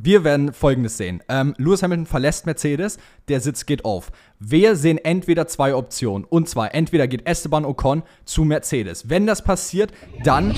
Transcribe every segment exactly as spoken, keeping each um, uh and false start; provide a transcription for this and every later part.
wir werden Folgendes sehen. Ähm, Lewis Hamilton verlässt Mercedes, der Sitz geht auf. Wir sehen entweder zwei Optionen. Und zwar, entweder geht Esteban Ocon zu Mercedes. Wenn das passiert, dann...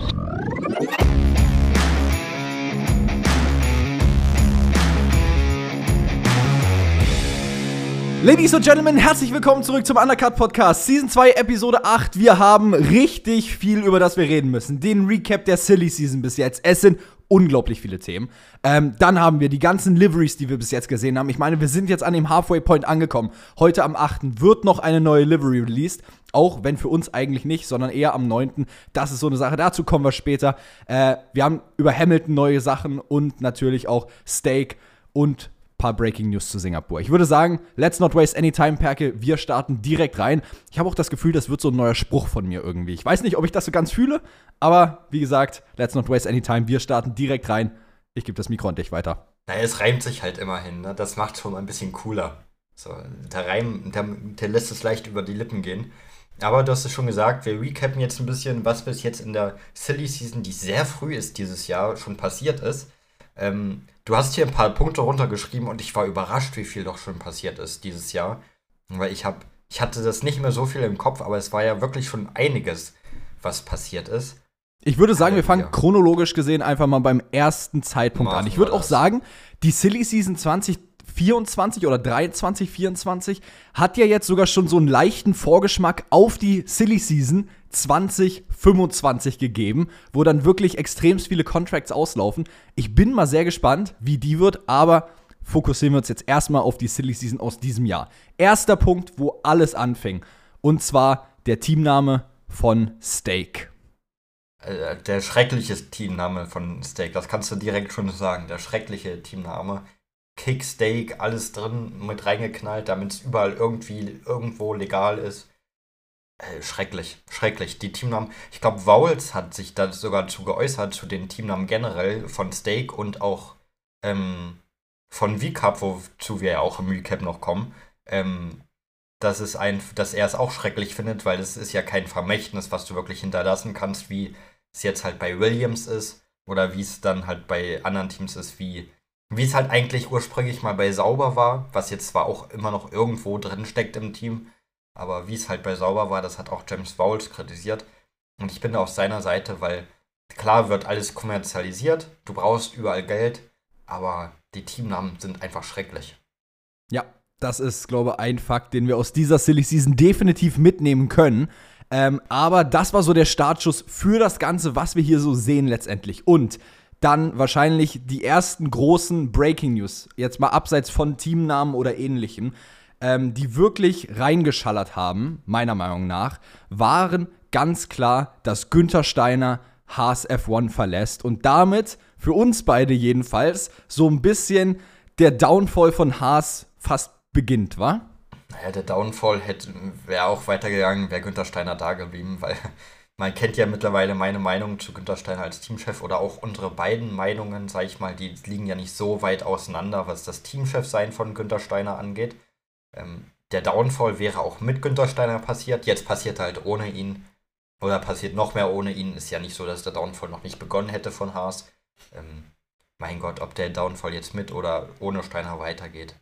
Ladies and Gentlemen, herzlich willkommen zurück zum Undercut Podcast, Season zwei, Episode acht. Wir haben richtig viel, über das wir reden müssen. Den Recap der Silly Season bis jetzt. Es sind unglaublich viele Themen. Ähm, dann haben wir die ganzen Liveries, die wir bis jetzt gesehen haben. Ich meine, wir sind jetzt an dem Halfway Point angekommen. Heute am achten wird noch eine neue Livery released. Auch wenn für uns eigentlich nicht, sondern eher am neunten Das ist so eine Sache, dazu kommen wir später. Äh, wir haben über Hamilton neue Sachen und natürlich auch Steak und paar Breaking News zu Singapur. Ich würde sagen, let's not waste any time, Perke. Wir starten direkt rein. Ich habe auch das Gefühl, das wird so ein neuer Spruch von mir irgendwie. Ich weiß nicht, ob ich das so ganz fühle, aber wie gesagt, let's not waste any time. Wir starten direkt rein. Ich gebe das Mikro an dich weiter. Naja, es reimt sich halt immerhin, ne? Das macht schon ein bisschen cooler. So, der Reim, der, der lässt es leicht über die Lippen gehen. Aber du hast es schon gesagt, wir recappen jetzt ein bisschen, was bis jetzt in der Silly Season, die sehr früh ist dieses Jahr, schon passiert ist. Ähm, du hast hier ein paar Punkte runtergeschrieben und ich war überrascht, wie viel doch schon passiert ist dieses Jahr. Weil ich hab, ich hatte das nicht mehr so viel im Kopf, aber es war ja wirklich schon einiges, was passiert ist. Ich würde sagen, wir fangen chronologisch gesehen einfach mal beim ersten Zeitpunkt an. Ich würde auch sagen, die Silly Season zwanzig vierundzwanzig oder dreiundzwanzig, vierundzwanzig hat ja jetzt sogar schon so einen leichten Vorgeschmack auf die Silly Season zwanzig fünfundzwanzig gegeben, wo dann wirklich extrem viele Contracts auslaufen. Ich bin mal sehr gespannt, wie die wird, aber fokussieren wir uns jetzt erstmal auf die Silly Season aus diesem Jahr. Erster Punkt, wo alles anfing, und zwar der Teamname von Steak. Äh, der schreckliche Teamname von Steak, das kannst du direkt schon sagen, der schreckliche Teamname. Kicksteak, alles drin, mit reingeknallt, damit es überall irgendwie irgendwo legal ist. Äh, schrecklich, schrecklich. Die Teamnamen, ich glaube, Vowles hat sich da sogar zu geäußert, zu den Teamnamen generell von Steak und auch ähm, von V-Cup, wozu wir ja auch im Recap noch kommen, ähm, dass, es ein, dass er es auch schrecklich findet, weil es ist ja kein Vermächtnis, was du wirklich hinterlassen kannst, wie es jetzt halt bei Williams ist oder wie es dann halt bei anderen Teams ist, wie Wie es halt eigentlich ursprünglich mal bei Sauber war, was jetzt zwar auch immer noch irgendwo drin steckt im Team, aber wie es halt bei Sauber war, das hat auch James Vowles kritisiert. Und ich bin da auf seiner Seite, weil klar wird alles kommerzialisiert, du brauchst überall Geld, aber die Teamnamen sind einfach schrecklich. Ja, das ist, glaube ich, ein Fakt, den wir aus dieser Silly Season definitiv mitnehmen können. Ähm, aber das war so der Startschuss für das Ganze, was wir hier so sehen letztendlich. Und dann wahrscheinlich die ersten großen Breaking News, jetzt mal abseits von Teamnamen oder Ähnlichem, ähm, die wirklich reingeschallert haben, meiner Meinung nach, waren ganz klar, dass Günther Steiner Haas F eins verlässt und damit, für uns beide jedenfalls, so ein bisschen der Downfall von Haas fast beginnt, wa? Naja, der Downfall wäre auch weitergegangen, wäre Günther Steiner da geblieben, weil man kennt ja mittlerweile meine Meinung zu Günther Steiner als Teamchef oder auch unsere beiden Meinungen, sag ich mal, die liegen ja nicht so weit auseinander, was das Teamchef-Sein von Günther Steiner angeht. Ähm, der Downfall wäre auch mit Günther Steiner passiert, jetzt passiert halt ohne ihn, oder passiert noch mehr ohne ihn, ist ja nicht so, dass der Downfall noch nicht begonnen hätte von Haas. Ähm, mein Gott, ob der Downfall jetzt mit oder ohne Steiner weitergeht,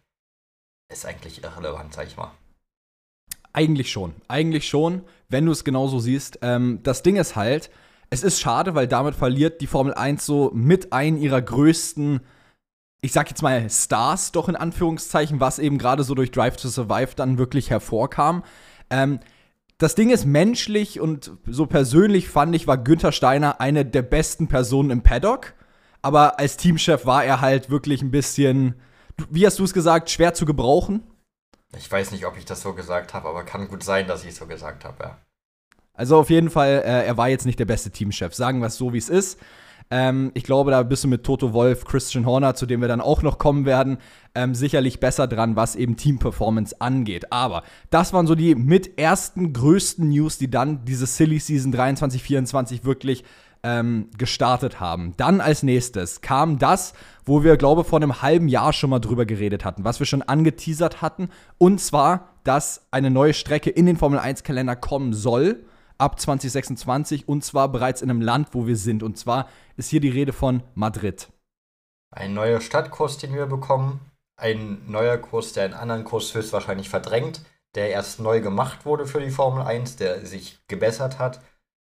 ist eigentlich irrelevant, sag ich mal. Eigentlich schon, eigentlich schon, wenn du es genauso siehst. Ähm, das Ding ist halt, es ist schade, weil damit verliert die Formel eins so mit einen ihrer größten, ich sag jetzt mal Stars, doch in Anführungszeichen, was eben gerade so durch Drive to Survive dann wirklich hervorkam. Ähm, das Ding ist, menschlich und so persönlich fand ich, war Günther Steiner eine der besten Personen im Paddock. Aber als Teamchef war er halt wirklich ein bisschen, wie hast du es gesagt, schwer zu gebrauchen. Ich weiß nicht, ob ich das so gesagt habe, aber kann gut sein, dass ich es so gesagt habe, ja. Also auf jeden Fall, äh, er war jetzt nicht der beste Teamchef. Sagen wir es so, wie es ist. Ähm, ich glaube, da bist du mit Toto Wolff, Christian Horner, zu dem wir dann auch noch kommen werden, ähm, sicherlich besser dran, was eben Team-Performance angeht. Aber das waren so die mit ersten größten News, die dann diese Silly Season dreiundzwanzig vierundzwanzig wirklich ähm, gestartet haben. Dann als nächstes kam das, wo wir, glaube ich, vor einem halben Jahr schon mal drüber geredet hatten, was wir schon angeteasert hatten, und zwar, dass eine neue Strecke in den Formel eins Kalender kommen soll, ab zwanzig sechsundzwanzig, und zwar bereits in einem Land, wo wir sind, und zwar ist hier die Rede von Madrid. Ein neuer Stadtkurs, den wir bekommen. Ein neuer Kurs, der einen anderen Kurs höchstwahrscheinlich verdrängt, der erst neu gemacht wurde für die Formel eins, der sich gebessert hat.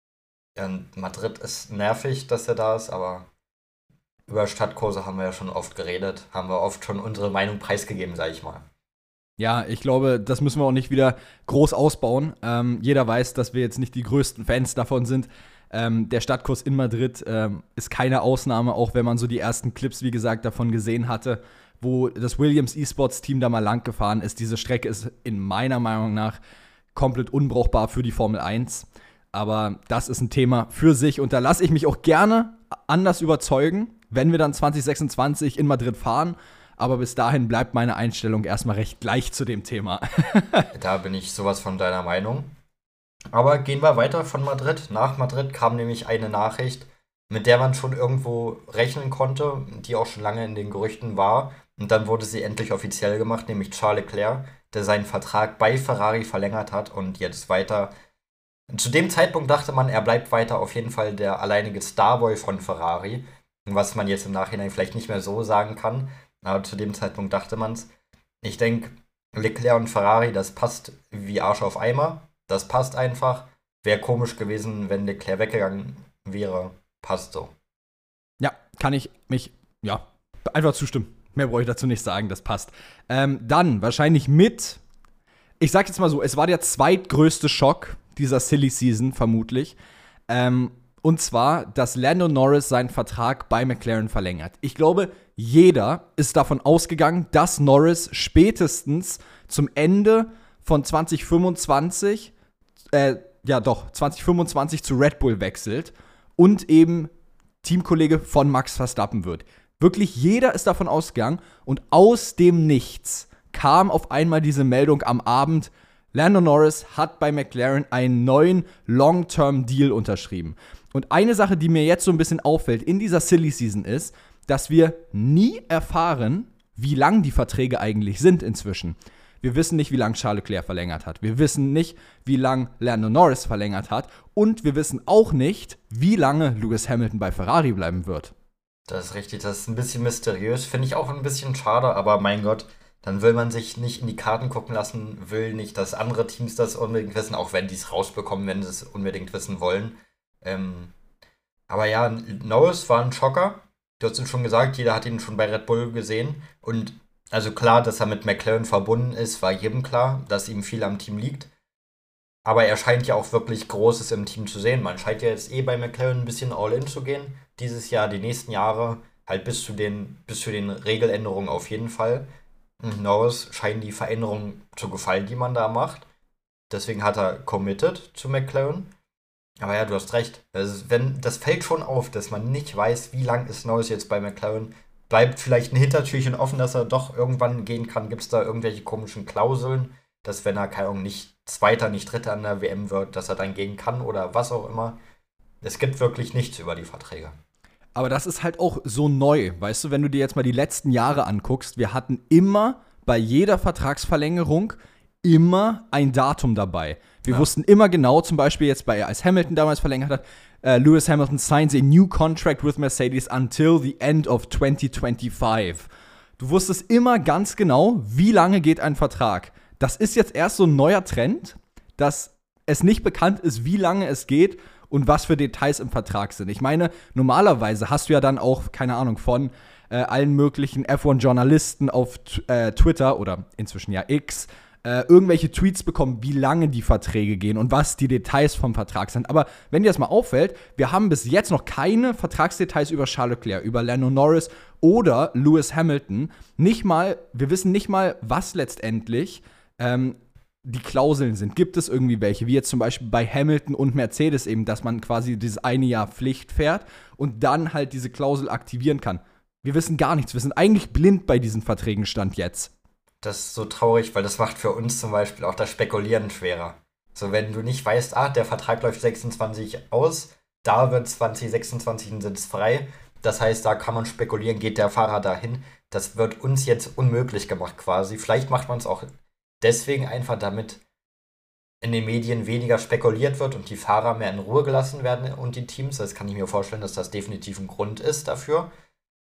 Und Madrid ist nervig, dass er da ist, aber über Stadtkurse haben wir ja schon oft geredet, haben wir oft schon unsere Meinung preisgegeben, sag ich mal. Ja, ich glaube, das müssen wir auch nicht wieder groß ausbauen. Ähm, jeder weiß, dass wir jetzt nicht die größten Fans davon sind. Ähm, der Stadtkurs in Madrid ähm, ist keine Ausnahme, auch wenn man so die ersten Clips, wie gesagt, davon gesehen hatte, wo das Williams E-Sports-Team da mal lang gefahren ist. Diese Strecke ist in meiner Meinung nach komplett unbrauchbar für die Formel eins. Aber das ist ein Thema für sich und da lasse ich mich auch gerne anders überzeugen, wenn wir dann zwanzig sechsundzwanzig in Madrid fahren. Aber bis dahin bleibt meine Einstellung erstmal recht gleich zu dem Thema. Da bin ich sowas von deiner Meinung. Aber gehen wir weiter von Madrid. Nach Madrid kam nämlich eine Nachricht, mit der man schon irgendwo rechnen konnte, die auch schon lange in den Gerüchten war. Und dann wurde sie endlich offiziell gemacht, nämlich Charles Leclerc, der seinen Vertrag bei Ferrari verlängert hat und jetzt weiter. Zu dem Zeitpunkt dachte man, er bleibt weiter auf jeden Fall der alleinige Starboy von Ferrari. Was man jetzt im Nachhinein vielleicht nicht mehr so sagen kann. Aber zu dem Zeitpunkt dachte man es. Ich denke, Leclerc und Ferrari, das passt wie Arsch auf Eimer. Das passt einfach. Wäre komisch gewesen, wenn Leclerc weggegangen wäre. Passt so. Ja, kann ich mich, ja, einfach zustimmen. Mehr brauche ich dazu nicht sagen, das passt. Ähm, dann wahrscheinlich mit, ich sag jetzt mal so, es war der zweitgrößte Schock dieser Silly Season, vermutlich. Ähm, und zwar, dass Lando Norris seinen Vertrag bei McLaren verlängert. Ich glaube, jeder ist davon ausgegangen, dass Norris spätestens zum Ende von zwanzig fünfundzwanzig, äh, ja doch, zwanzig fünfundzwanzig zu Red Bull wechselt und eben Teamkollege von Max Verstappen wird. Wirklich jeder ist davon ausgegangen und aus dem Nichts kam auf einmal diese Meldung am Abend, Lando Norris hat bei McLaren einen neuen Long-Term-Deal unterschrieben. Und eine Sache, die mir jetzt so ein bisschen auffällt in dieser Silly Season ist, dass wir nie erfahren, wie lang die Verträge eigentlich sind inzwischen. Wir wissen nicht, wie lange Charles Leclerc verlängert hat. Wir wissen nicht, wie lange Lando Norris verlängert hat. Und wir wissen auch nicht, wie lange Lewis Hamilton bei Ferrari bleiben wird. Das ist richtig, das ist ein bisschen mysteriös. Finde ich auch ein bisschen schade, aber mein Gott, dann will man sich nicht in die Karten gucken lassen, will nicht, dass andere Teams das unbedingt wissen, auch wenn die es rausbekommen, wenn sie es unbedingt wissen wollen. Ähm, aber ja, Norris war ein Schocker. Du hast es schon gesagt, jeder hat ihn schon bei Red Bull gesehen. Und also klar, dass er mit McLaren verbunden ist, war jedem klar, dass ihm viel am Team liegt. Aber er scheint ja auch wirklich Großes im Team zu sehen. Man scheint ja jetzt eh bei McLaren ein bisschen all-in zu gehen. Dieses Jahr, die nächsten Jahre, halt bis zu den, bis zu den Regeländerungen auf jeden Fall. Und Norris scheinen die Veränderungen zu gefallen, die man da macht. Deswegen hat er committed zu McLaren. Aber ja, du hast recht. Das, wenn, das fällt schon auf, dass man nicht weiß, wie lang ist Norris jetzt bei McLaren. Bleibt vielleicht ein Hintertürchen offen, dass er doch irgendwann gehen kann. Gibt es da irgendwelche komischen Klauseln, dass wenn er, keine Ahnung, nicht Zweiter, nicht Dritter an der W M wird, dass er dann gehen kann oder was auch immer. Es gibt wirklich nichts über die Verträge. Aber das ist halt auch so neu. Weißt du, wenn du dir jetzt mal die letzten Jahre anguckst, wir hatten immer bei jeder Vertragsverlängerung immer ein Datum dabei. Wir ja. wussten immer genau, zum Beispiel jetzt bei, als Hamilton damals verlängert hat, uh, Lewis Hamilton signs a new contract with Mercedes until the end of twenty twenty-five. Du wusstest immer ganz genau, wie lange geht ein Vertrag. Das ist jetzt erst so ein neuer Trend, dass es nicht bekannt ist, wie lange es geht und was für Details im Vertrag sind. Ich meine, normalerweise hast du ja dann auch, keine Ahnung, von äh, allen möglichen F eins Journalisten auf äh, Twitter oder inzwischen ja X, äh, irgendwelche Tweets bekommen, wie lange die Verträge gehen und was die Details vom Vertrag sind. Aber wenn dir das mal auffällt, wir haben bis jetzt noch keine Vertragsdetails über Charles Leclerc, über Lando Norris oder Lewis Hamilton. Nicht mal, wir wissen nicht mal, was letztendlich ähm, die Klauseln sind. Gibt es irgendwie welche, wie jetzt zum Beispiel bei Hamilton und Mercedes eben, dass man quasi dieses eine Jahr Pflicht fährt und dann halt diese Klausel aktivieren kann. Wir wissen gar nichts. Wir sind eigentlich blind bei diesen Verträgen Stand jetzt. Das ist so traurig, weil das macht für uns zum Beispiel auch das Spekulieren schwerer. So, wenn du nicht weißt, ah, der Vertrag läuft sechsundzwanzig aus, da wird zwanzig sechsundzwanzig ein Sitz frei. Das heißt, da kann man spekulieren, geht der Fahrer dahin. Das wird uns jetzt unmöglich gemacht quasi. Vielleicht macht man es auch deswegen einfach, damit in den Medien weniger spekuliert wird und die Fahrer mehr in Ruhe gelassen werden und die Teams. Das kann ich mir vorstellen, dass das definitiv ein Grund ist dafür.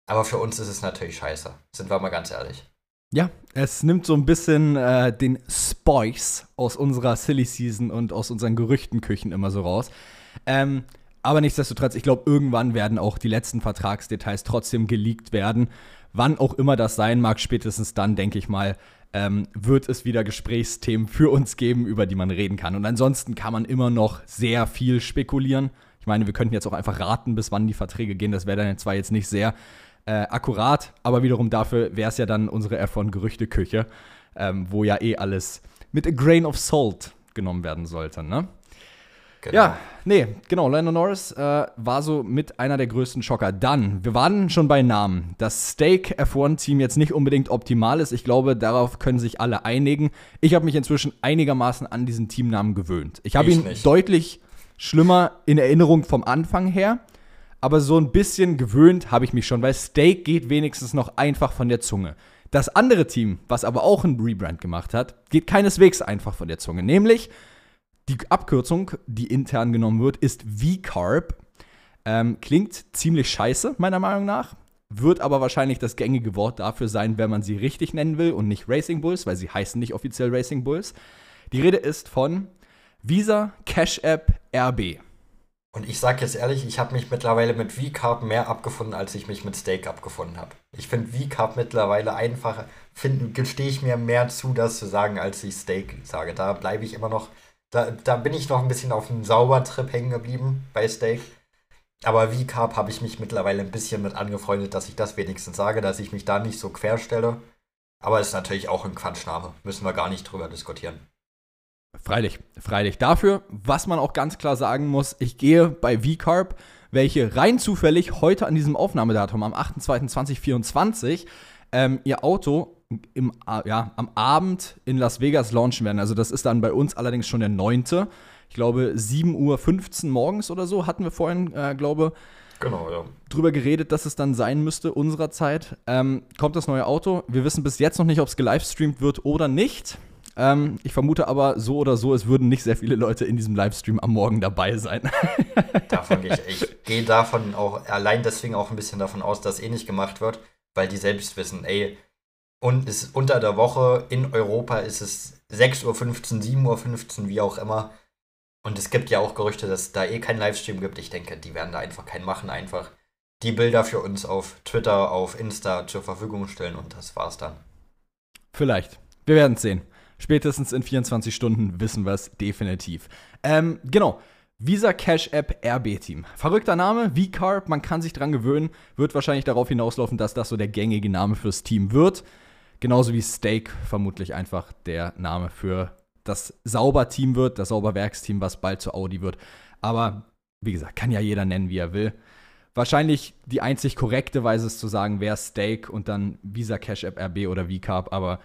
Aber für uns ist es natürlich scheiße. Sind wir mal ganz ehrlich. Ja, es nimmt so ein bisschen äh, den Spice aus unserer Silly Season und aus unseren Gerüchtenküchen immer so raus. Ähm, aber nichtsdestotrotz, ich glaube, irgendwann werden auch die letzten Vertragsdetails trotzdem geleakt werden. Wann auch immer das sein mag, spätestens dann, denke ich mal, ähm, wird es wieder Gesprächsthemen für uns geben, über die man reden kann. Und ansonsten kann man immer noch sehr viel spekulieren. Ich meine, wir könnten jetzt auch einfach raten, bis wann die Verträge gehen. Das wäre dann zwar jetzt nicht sehr äh, akkurat, aber wiederum dafür wäre es ja dann unsere F eins Gerüchteküche, ähm, wo ja eh alles mit a grain of salt genommen werden sollte, ne? Genau. Ja, nee, genau, Lando Norris äh, war so mit einer der größten Schocker. Dann, wir waren schon bei Namen. Das Stake F eins Team jetzt nicht unbedingt optimal ist. Ich glaube, darauf können sich alle einigen. Ich habe mich inzwischen einigermaßen an diesen Teamnamen gewöhnt. Ich habe ihn nicht. Deutlich schlimmer in Erinnerung vom Anfang her, aber so ein bisschen gewöhnt habe ich mich schon, weil Stake geht wenigstens noch einfach von der Zunge. Das andere Team, was aber auch ein Rebrand gemacht hat, geht keineswegs einfach von der Zunge, nämlich die Abkürzung, die intern genommen wird, ist V-Carb. Ähm, klingt ziemlich scheiße, meiner Meinung nach. Wird aber wahrscheinlich das gängige Wort dafür sein, wenn man sie richtig nennen will und nicht Racing Bulls, weil sie heißen nicht offiziell Racing Bulls. Die Rede ist von Visa Cash App R B. Und ich sag jetzt ehrlich, ich habe mich mittlerweile mit V-Carb mehr abgefunden, als ich mich mit Stake abgefunden habe. Ich finde V-Carb mittlerweile einfacher, gestehe ich mir mehr zu, das zu sagen, als ich Stake sage. Da bleibe ich immer noch Da, da bin ich noch ein bisschen auf einem Saubertrip hängen geblieben bei Stake. Aber V-Carb habe ich mich mittlerweile ein bisschen mit angefreundet, dass ich das wenigstens sage, dass ich mich da nicht so querstelle. Aber ist natürlich auch ein Quatschname. Müssen wir gar nicht drüber diskutieren. Freilich, freilich. Dafür, was man auch ganz klar sagen muss, ich gehe bei V-Carb, welche rein zufällig heute an diesem Aufnahmedatum am achter zweiter zweitausendvierundzwanzig ähm, ihr Auto Im, ja, am Abend in Las Vegas launchen werden. Also das ist dann bei uns allerdings schon der neunte Ich glaube, sieben Uhr fünfzehn morgens oder so hatten wir vorhin, äh, glaube genau, ja. drüber geredet, dass es dann sein müsste, unserer Zeit. Ähm, kommt das neue Auto. Wir wissen bis jetzt noch nicht, ob es gelivestreamt wird oder nicht. Ähm, ich vermute aber so oder so, es würden nicht sehr viele Leute in diesem Livestream am Morgen dabei sein. Davon gehe ich, ich gehe davon auch, allein deswegen auch ein bisschen davon aus, dass eh nicht gemacht wird, weil die selbst wissen, ey, und es ist unter der Woche, in Europa ist es sechs Uhr fünfzehn, sieben Uhr fünfzehn, wie auch immer. Und es gibt ja auch Gerüchte, dass es da eh keinen Livestream gibt. Ich denke, die werden da einfach keinen machen. Einfach die Bilder für uns auf Twitter, auf Insta zur Verfügung stellen und das war's dann. Vielleicht. Wir werden es sehen. Spätestens in vierundzwanzig Stunden wissen wir es definitiv. Ähm, genau. Visa Cash App R B-Team. Verrückter Name, V-Carb, man kann sich dran gewöhnen. Wird wahrscheinlich darauf hinauslaufen, dass das so der gängige Name fürs Team wird. Genauso wie Stake vermutlich einfach der Name für das Sauber-Team wird, das Sauberwerksteam, was bald zu Audi wird. Aber wie gesagt, kann ja jeder nennen, wie er will. Wahrscheinlich die einzig korrekte Weise es zu sagen, wäre Stake und dann Visa Cash App R B oder V-Carb. Aber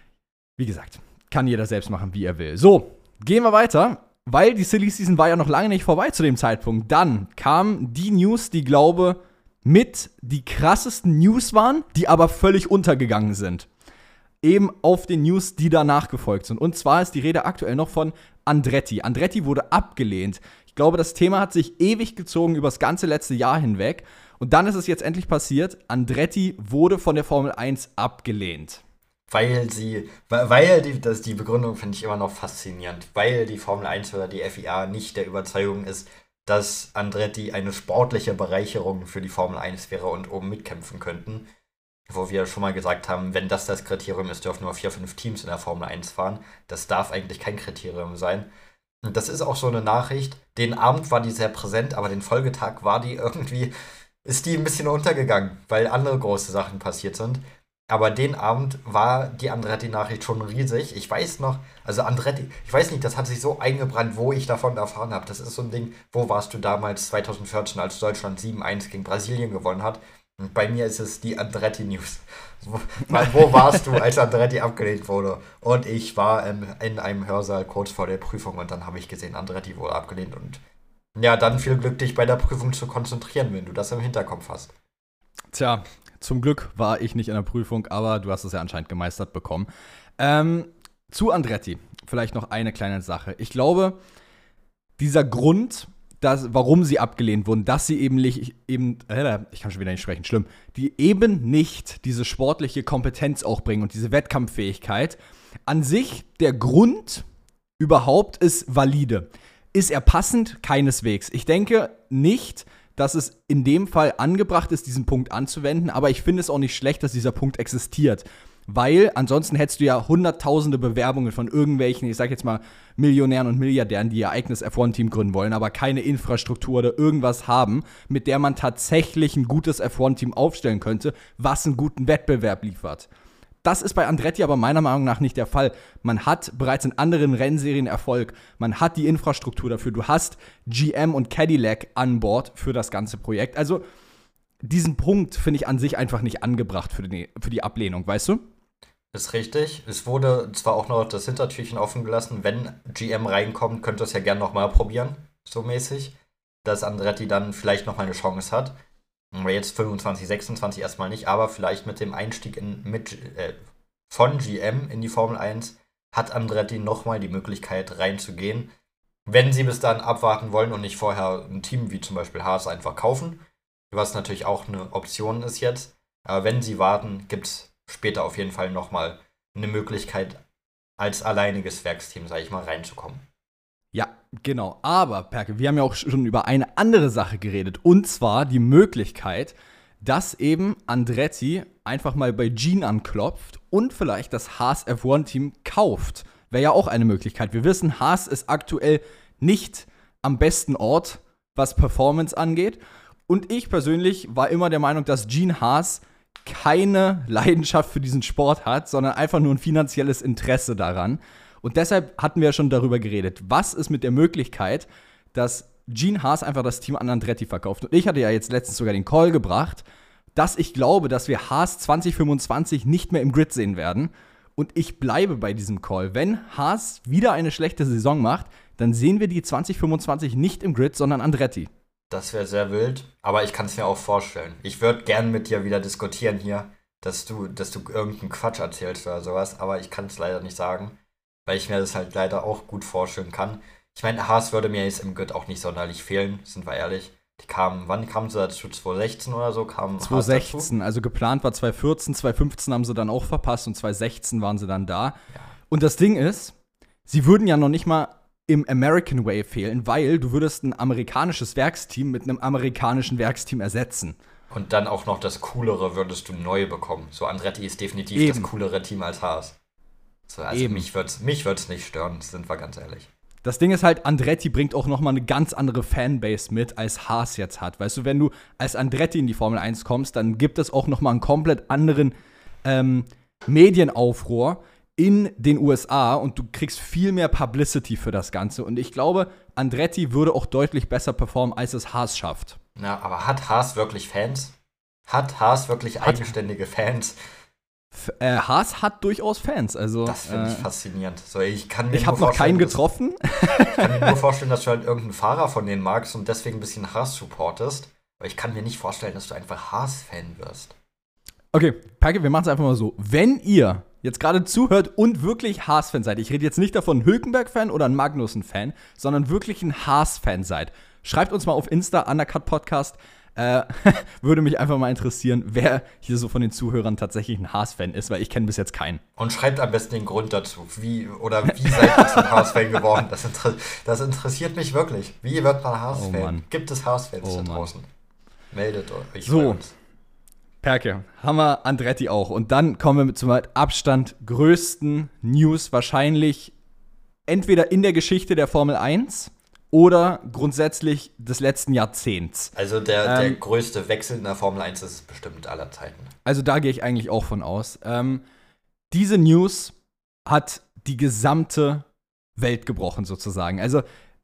wie gesagt, kann jeder selbst machen, wie er will. So, gehen wir weiter. Weil die Silly Season war ja noch lange nicht vorbei zu dem Zeitpunkt. Dann kam die News, die, glaube mit die krassesten News waren, die aber völlig untergegangen sind. Eben auf den News, die danach gefolgt sind. Und zwar ist die Rede aktuell noch von Andretti. Andretti wurde abgelehnt. Ich glaube, das Thema hat sich ewig gezogen über das ganze letzte Jahr hinweg. Und dann ist es jetzt endlich passiert. Andretti wurde von der Formel eins abgelehnt. Weil sie, weil die, das, die Begründung finde ich immer noch faszinierend, weil die Formel eins oder die F I A nicht der Überzeugung ist, dass Andretti eine sportliche Bereicherung für die Formel eins wäre und oben mitkämpfen könnten. Wo wir schon mal gesagt haben, wenn das das Kriterium ist, dürfen nur vier, fünf Teams in der Formel eins fahren. Das darf eigentlich kein Kriterium sein. Und das ist auch so eine Nachricht. Den Abend war die sehr präsent, aber den Folgetag war die irgendwie, ist die ein bisschen untergegangen, weil andere große Sachen passiert sind. Aber den Abend war die Andretti-Nachricht schon riesig. Ich weiß noch, also Andretti, ich weiß nicht, das hat sich so eingebrannt, wo ich davon erfahren habe. Das ist so ein Ding, wo warst du damals zwanzig vierzehn, als Deutschland sieben eins gegen Brasilien gewonnen hat? Und bei mir ist es die Andretti-News. Wo, wo warst du, als Andretti abgelehnt wurde? Und ich war in, in einem Hörsaal kurz vor der Prüfung und dann habe ich gesehen, Andretti wurde abgelehnt. Und ja, dann viel Glück, dich bei der Prüfung zu konzentrieren, wenn du das im Hinterkopf hast. Tja, zum Glück war ich nicht in der Prüfung, aber du hast es ja anscheinend gemeistert bekommen. Ähm, zu Andretti, vielleicht noch eine kleine Sache. Ich glaube, dieser Grund, dass, warum sie abgelehnt wurden, dass sie eben nicht, eben, äh, ich kann schon wieder nicht sprechen, schlimm, die eben nicht diese sportliche Kompetenz auch bringen und diese Wettkampffähigkeit. An sich, der Grund überhaupt ist valide. Ist er passend? Keineswegs. Ich denke nicht, dass es in dem Fall angebracht ist, diesen Punkt anzuwenden, aber ich finde es auch nicht schlecht, dass dieser Punkt existiert. Weil ansonsten hättest du ja hunderttausende Bewerbungen von irgendwelchen, ich sag jetzt mal, Millionären und Milliardären, die ihr eigenes F eins Team gründen wollen, aber keine Infrastruktur oder irgendwas haben, mit der man tatsächlich ein gutes F eins Team aufstellen könnte, was einen guten Wettbewerb liefert. Das ist bei Andretti aber meiner Meinung nach nicht der Fall. Man hat bereits in anderen Rennserien Erfolg. Man hat die Infrastruktur dafür. Du hast G M und Cadillac an Bord für das ganze Projekt. Also diesen Punkt finde ich an sich einfach nicht angebracht für die, für die Ablehnung, weißt du? Ist richtig. Es wurde zwar auch noch das Hintertürchen offen gelassen, wenn G M reinkommt, könnte es ja gerne nochmal probieren, so mäßig, dass Andretti dann vielleicht nochmal eine Chance hat. Aber jetzt fünfundzwanzig, sechsundzwanzig erstmal nicht, aber vielleicht mit dem Einstieg in, mit, äh, von G M in die Formel eins hat Andretti nochmal die Möglichkeit reinzugehen, wenn sie bis dann abwarten wollen und nicht vorher ein Team wie zum Beispiel Haas einfach kaufen, was natürlich auch eine Option ist jetzt. Aber wenn sie warten, gibt es später auf jeden Fall nochmal eine Möglichkeit, als alleiniges Werksteam, sage ich mal, reinzukommen. Ja, genau. Aber, Perke, wir haben ja auch schon über eine andere Sache geredet. Und zwar die Möglichkeit, dass eben Andretti einfach mal bei Gene anklopft und vielleicht das Haas F eins Team kauft. Wäre ja auch eine Möglichkeit. Wir wissen, Haas ist aktuell nicht am besten Ort, was Performance angeht. Und ich persönlich war immer der Meinung, dass Gene Haas keine Leidenschaft für diesen Sport hat, sondern einfach nur ein finanzielles Interesse daran. Und deshalb hatten wir ja schon darüber geredet. Was ist mit der Möglichkeit, dass Gene Haas einfach das Team an Andretti verkauft? Und ich hatte ja jetzt letztens sogar den Call gebracht, dass ich glaube, dass wir Haas zwanzig fünfundzwanzig nicht mehr im Grid sehen werden. Und ich bleibe bei diesem Call. Wenn Haas wieder eine schlechte Saison macht, dann sehen wir die zwanzig fünfundzwanzig nicht im Grid, sondern Andretti. Das wäre sehr wild, aber ich kann es mir auch vorstellen. Ich würde gern mit dir wieder diskutieren hier, dass du, dass du irgendeinen Quatsch erzählst oder sowas, aber ich kann es leider nicht sagen, weil ich mir das halt leider auch gut vorstellen kann. Ich meine, Haas würde mir jetzt im Grid auch nicht sonderlich fehlen, sind wir ehrlich. Die kamen, wann kamen sie dazu? zwanzig sechzehn oder so? Kamen zwanzig sechzehn, also geplant war zwanzig vierzehn, zwanzig fünfzehn haben sie dann auch verpasst und zwanzig sechzehn waren sie dann da. Ja. Und das Ding ist, sie würden ja noch nicht mal im American Way fehlen, weil du würdest ein amerikanisches Werksteam mit einem amerikanischen Werksteam ersetzen. Und dann auch noch das Coolere würdest du neu bekommen. So, Andretti ist definitiv Eben. das coolere Team als Haas. So, also Eben. mich würde es mich würd's nicht stören, sind wir ganz ehrlich. Das Ding ist halt, Andretti bringt auch noch mal eine ganz andere Fanbase mit, als Haas jetzt hat. Weißt du, wenn du als Andretti in die Formel eins kommst, dann gibt es auch noch mal einen komplett anderen ähm, Medienaufruhr in den U S A und du kriegst viel mehr Publicity für das Ganze. Und ich glaube, Andretti würde auch deutlich besser performen, als es Haas schafft. Na, aber hat Haas wirklich Fans? Hat Haas wirklich hat, eigenständige Fans? F- äh, Haas hat durchaus Fans. Also, das finde ich äh, faszinierend. So, ich kann mir ich habe noch keinen dass, getroffen. Ich kann mir nur vorstellen, dass du halt irgendeinen Fahrer von denen magst und deswegen ein bisschen Haas supportest. Aber ich kann mir nicht vorstellen, dass du einfach Haas-Fan wirst. Okay, Perke, wir machen es einfach mal so. Wenn ihr jetzt gerade zuhört und wirklich Haas-Fan seid, ich rede jetzt nicht davon, ein Hülkenberg-Fan oder ein Magnussen-Fan, sondern wirklich ein Haas-Fan seid, schreibt uns mal auf Insta, Undercut Podcast. Äh, würde mich einfach mal interessieren, wer hier so von den Zuhörern tatsächlich ein Haas-Fan ist, weil ich kenne bis jetzt keinen. Und schreibt am besten den Grund dazu. Wie oder wie seid ihr zum Haas-Fan geworden? Das, inter- das interessiert mich wirklich. Wie wird man Haas-Fan? Oh, Gibt es Haas-Fans oh, da draußen? Mann. Meldet euch so. bei uns. Perke, haben wir Andretti auch. Und dann kommen wir zum Abstand größten News wahrscheinlich entweder in der Geschichte der Formel eins oder grundsätzlich des letzten Jahrzehnts. Also der, ähm, der größte Wechsel in der Formel eins ist es bestimmt aller Zeiten. Also da gehe ich eigentlich auch von aus. Ähm, diese News hat die gesamte Welt gebrochen sozusagen. Also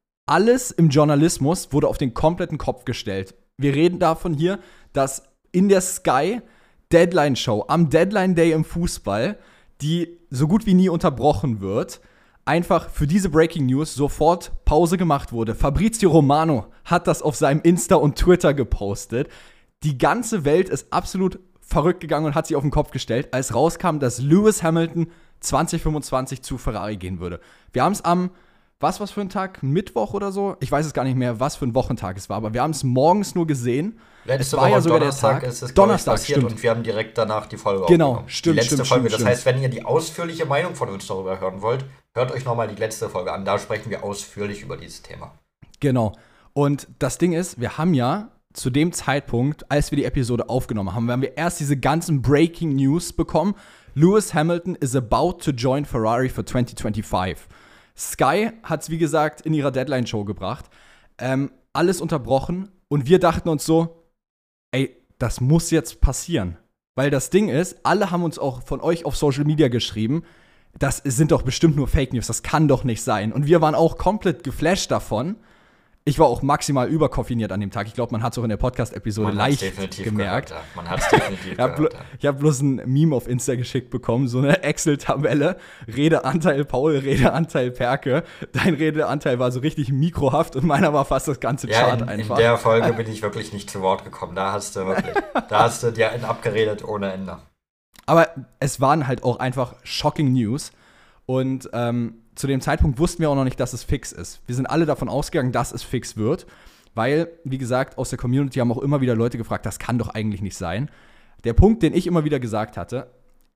alles im Journalismus wurde auf den kompletten Kopf gestellt. Wir reden davon hier, dass in der Sky Deadline Show am Deadline Day im Fußball, die so gut wie nie unterbrochen wird, einfach für diese Breaking News sofort Pause gemacht wurde. Fabrizio Romano hat das auf seinem Insta und Twitter gepostet. Die ganze Welt ist absolut verrückt gegangen und hat sich auf den Kopf gestellt, als rauskam, dass Lewis Hamilton zwanzig fünfundzwanzig zu Ferrari gehen würde. Wir haben es am was was für ein Tag? Mittwoch oder so? Ich weiß es gar nicht mehr, was für ein Wochentag es war, aber wir haben es morgens nur gesehen. Letzte es war Woche ja sogar Donnerstag der Tag. ist es Donnerstag, passiert stimmt. Und wir haben direkt danach die Folge Genau, aufgenommen. stimmt, Die letzte stimmt, Folge. stimmt, Das heißt, wenn ihr die ausführliche Meinung von uns darüber hören wollt, hört euch nochmal die letzte Folge an. Da sprechen wir ausführlich über dieses Thema. Genau. Und das Ding ist, wir haben ja zu dem Zeitpunkt, als wir die Episode aufgenommen haben, haben wir erst diese ganzen Breaking News bekommen. Lewis Hamilton is about to join Ferrari for twenty twenty-five. Sky hat es, wie gesagt, in ihrer Deadline-Show gebracht. Ähm, alles unterbrochen. Und wir dachten uns so, ey, das muss jetzt passieren. Weil das Ding ist, alle haben uns auch von euch auf Social Media geschrieben, das sind doch bestimmt nur Fake News, das kann doch nicht sein. Und wir waren auch komplett geflasht davon. Ich war auch maximal überkoffiniert an dem Tag. Ich glaube, man hat es auch in der Podcast-Episode leicht gemerkt. Gehört, ja. Man hat es definitiv ich habe gehört. blo- ich hab bloß ein Meme auf Insta geschickt bekommen, so eine Excel-Tabelle. Redeanteil Paul, Redeanteil Perke. Dein Redeanteil war so richtig mikrohaft und meiner war fast das ganze ja, Chart in, einfach. in der Folge bin ich wirklich nicht zu Wort gekommen. Da hast du wirklich, da hast du dir einen abgeredet ohne Ende. Aber es waren halt auch einfach shocking News. Und ähm, zu dem Zeitpunkt wussten wir auch noch nicht, dass es fix ist. Wir sind alle davon ausgegangen, dass es fix wird. Weil, wie gesagt, aus der Community haben auch immer wieder Leute gefragt, das kann doch eigentlich nicht sein. Der Punkt, den ich immer wieder gesagt hatte,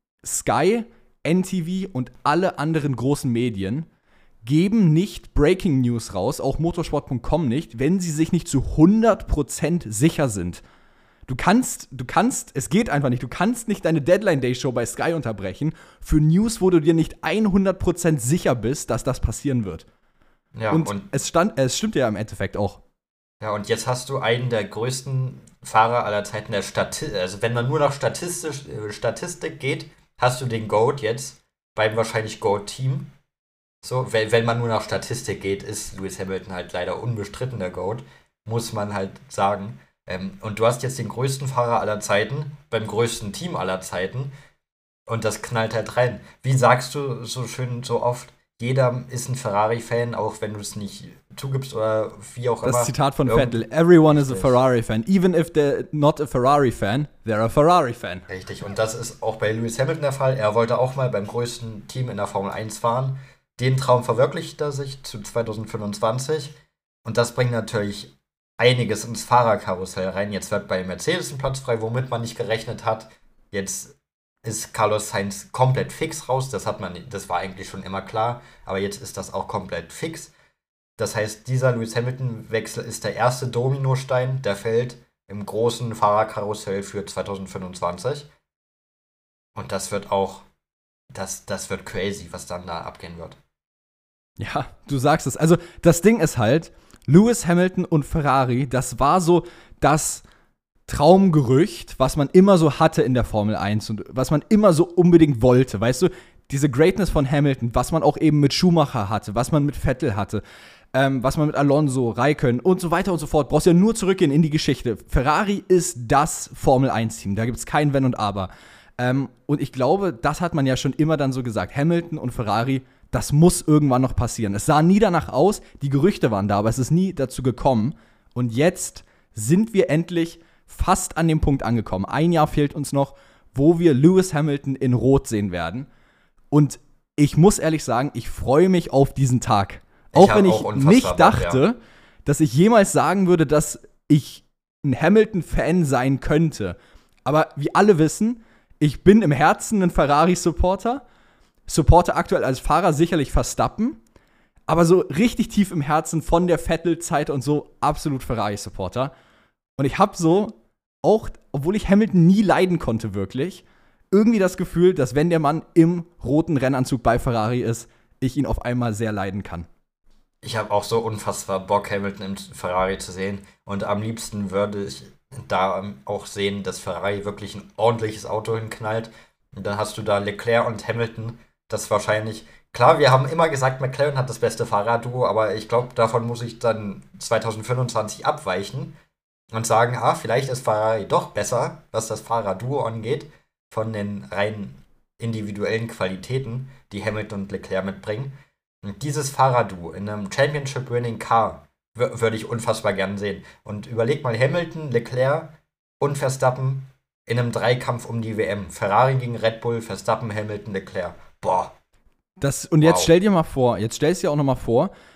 Sky, N T V und alle anderen großen Medien geben nicht Breaking News raus, auch motorsport punkt com nicht, wenn sie sich nicht zu hundert Prozent sicher sind. Du kannst, du kannst, es geht einfach nicht, du kannst nicht deine Deadline-Day-Show bei Sky unterbrechen für News, wo du dir nicht hundert Prozent sicher bist, dass das passieren wird. Ja, und, und es, stand, es stimmt ja im Endeffekt auch. Ja, und jetzt hast du einen der größten Fahrer aller Zeiten der Statistik. Also wenn man nur nach statistisch, äh, Statistik geht, hast du den GOAT jetzt beim wahrscheinlich GOAT-Team. So, wenn, wenn man nur nach Statistik geht, ist Lewis Hamilton halt leider unbestritten der GOAT, muss man halt sagen. Ähm, und du hast jetzt den größten Fahrer aller Zeiten beim größten Team aller Zeiten und das knallt halt rein. Wie sagst du so schön so oft, jeder ist ein Ferrari-Fan, auch wenn du es nicht zugibst oder wie auch immer. Das Zitat von Vettel, everyone is a Ferrari-Fan. Even if they're not a Ferrari-Fan, they're a Ferrari-Fan. Richtig, und das ist auch bei Lewis Hamilton der Fall. Er wollte auch mal beim größten Team in der Formel eins fahren. Den Traum verwirklicht er sich zu zwanzig fünfundzwanzig und das bringt natürlich einiges ins Fahrerkarussell rein. Jetzt wird bei Mercedes ein Platz frei, womit man nicht gerechnet hat. Jetzt ist Carlos Sainz komplett fix raus. Das hat man, das war eigentlich schon immer klar, aber jetzt ist das auch komplett fix. Das heißt, dieser Lewis Hamilton-Wechsel ist der erste Dominostein, der fällt im großen Fahrerkarussell für zwanzig fünfundzwanzig. Und das wird auch, das, das wird crazy, was dann da abgehen wird. Ja, du sagst es. Also, das Ding ist halt, Lewis Hamilton und Ferrari, das war so das Traumgerücht, was man immer so hatte in der Formel eins und was man immer so unbedingt wollte. Weißt du, diese Greatness von Hamilton, was man auch eben mit Schumacher hatte, was man mit Vettel hatte, ähm, was man mit Alonso, Raikkonen und so weiter und so fort. Brauchst ja nur zurückgehen in die Geschichte. Ferrari ist das Formel eins Team. Da gibt es kein Wenn und Aber. Ähm, und ich glaube, das hat man ja schon immer dann so gesagt. Hamilton und Ferrari, das muss irgendwann noch passieren. Es sah nie danach aus, die Gerüchte waren da, aber es ist nie dazu gekommen. Und jetzt sind wir endlich fast an dem Punkt angekommen. Ein Jahr fehlt uns noch, wo wir Lewis Hamilton in Rot sehen werden. Und ich muss ehrlich sagen, ich freue mich auf diesen Tag. Ich auch wenn ich auch nicht dachte, ja. dass ich jemals sagen würde, dass ich ein Hamilton-Fan sein könnte. Aber wie alle wissen, ich bin im Herzen ein Ferrari-Supporter. Supporter aktuell als Fahrer sicherlich Verstappen. Aber so richtig tief im Herzen von der Vettel-Zeit und so absolut Ferrari-Supporter. Und ich habe so, auch obwohl ich Hamilton nie leiden konnte wirklich, irgendwie das Gefühl, dass wenn der Mann im roten Rennanzug bei Ferrari ist, ich ihn auf einmal sehr leiden kann. Ich habe auch so unfassbar Bock, Hamilton im Ferrari zu sehen. Und am liebsten würde ich da auch sehen, dass Ferrari wirklich ein ordentliches Auto hinknallt. Und dann hast du da Leclerc und Hamilton, das wahrscheinlich, klar, wir haben immer gesagt, McLaren hat das beste Fahrerduo, aber ich glaube, davon muss ich dann zwanzig fünfundzwanzig abweichen und sagen, ah, vielleicht ist Ferrari doch besser, was das Fahrerduo angeht, von den rein individuellen Qualitäten, die Hamilton und Leclerc mitbringen. Und dieses Fahrerduo in einem Championship-Winning Car w- würde ich unfassbar gern sehen. Und überleg mal, Hamilton, Leclerc und Verstappen in einem Dreikampf um die W M. Ferrari gegen Red Bull, Verstappen, Hamilton, Leclerc. Boah. Das, und jetzt Wow. stell dir mal vor, jetzt stellst du dir auch noch mal vor,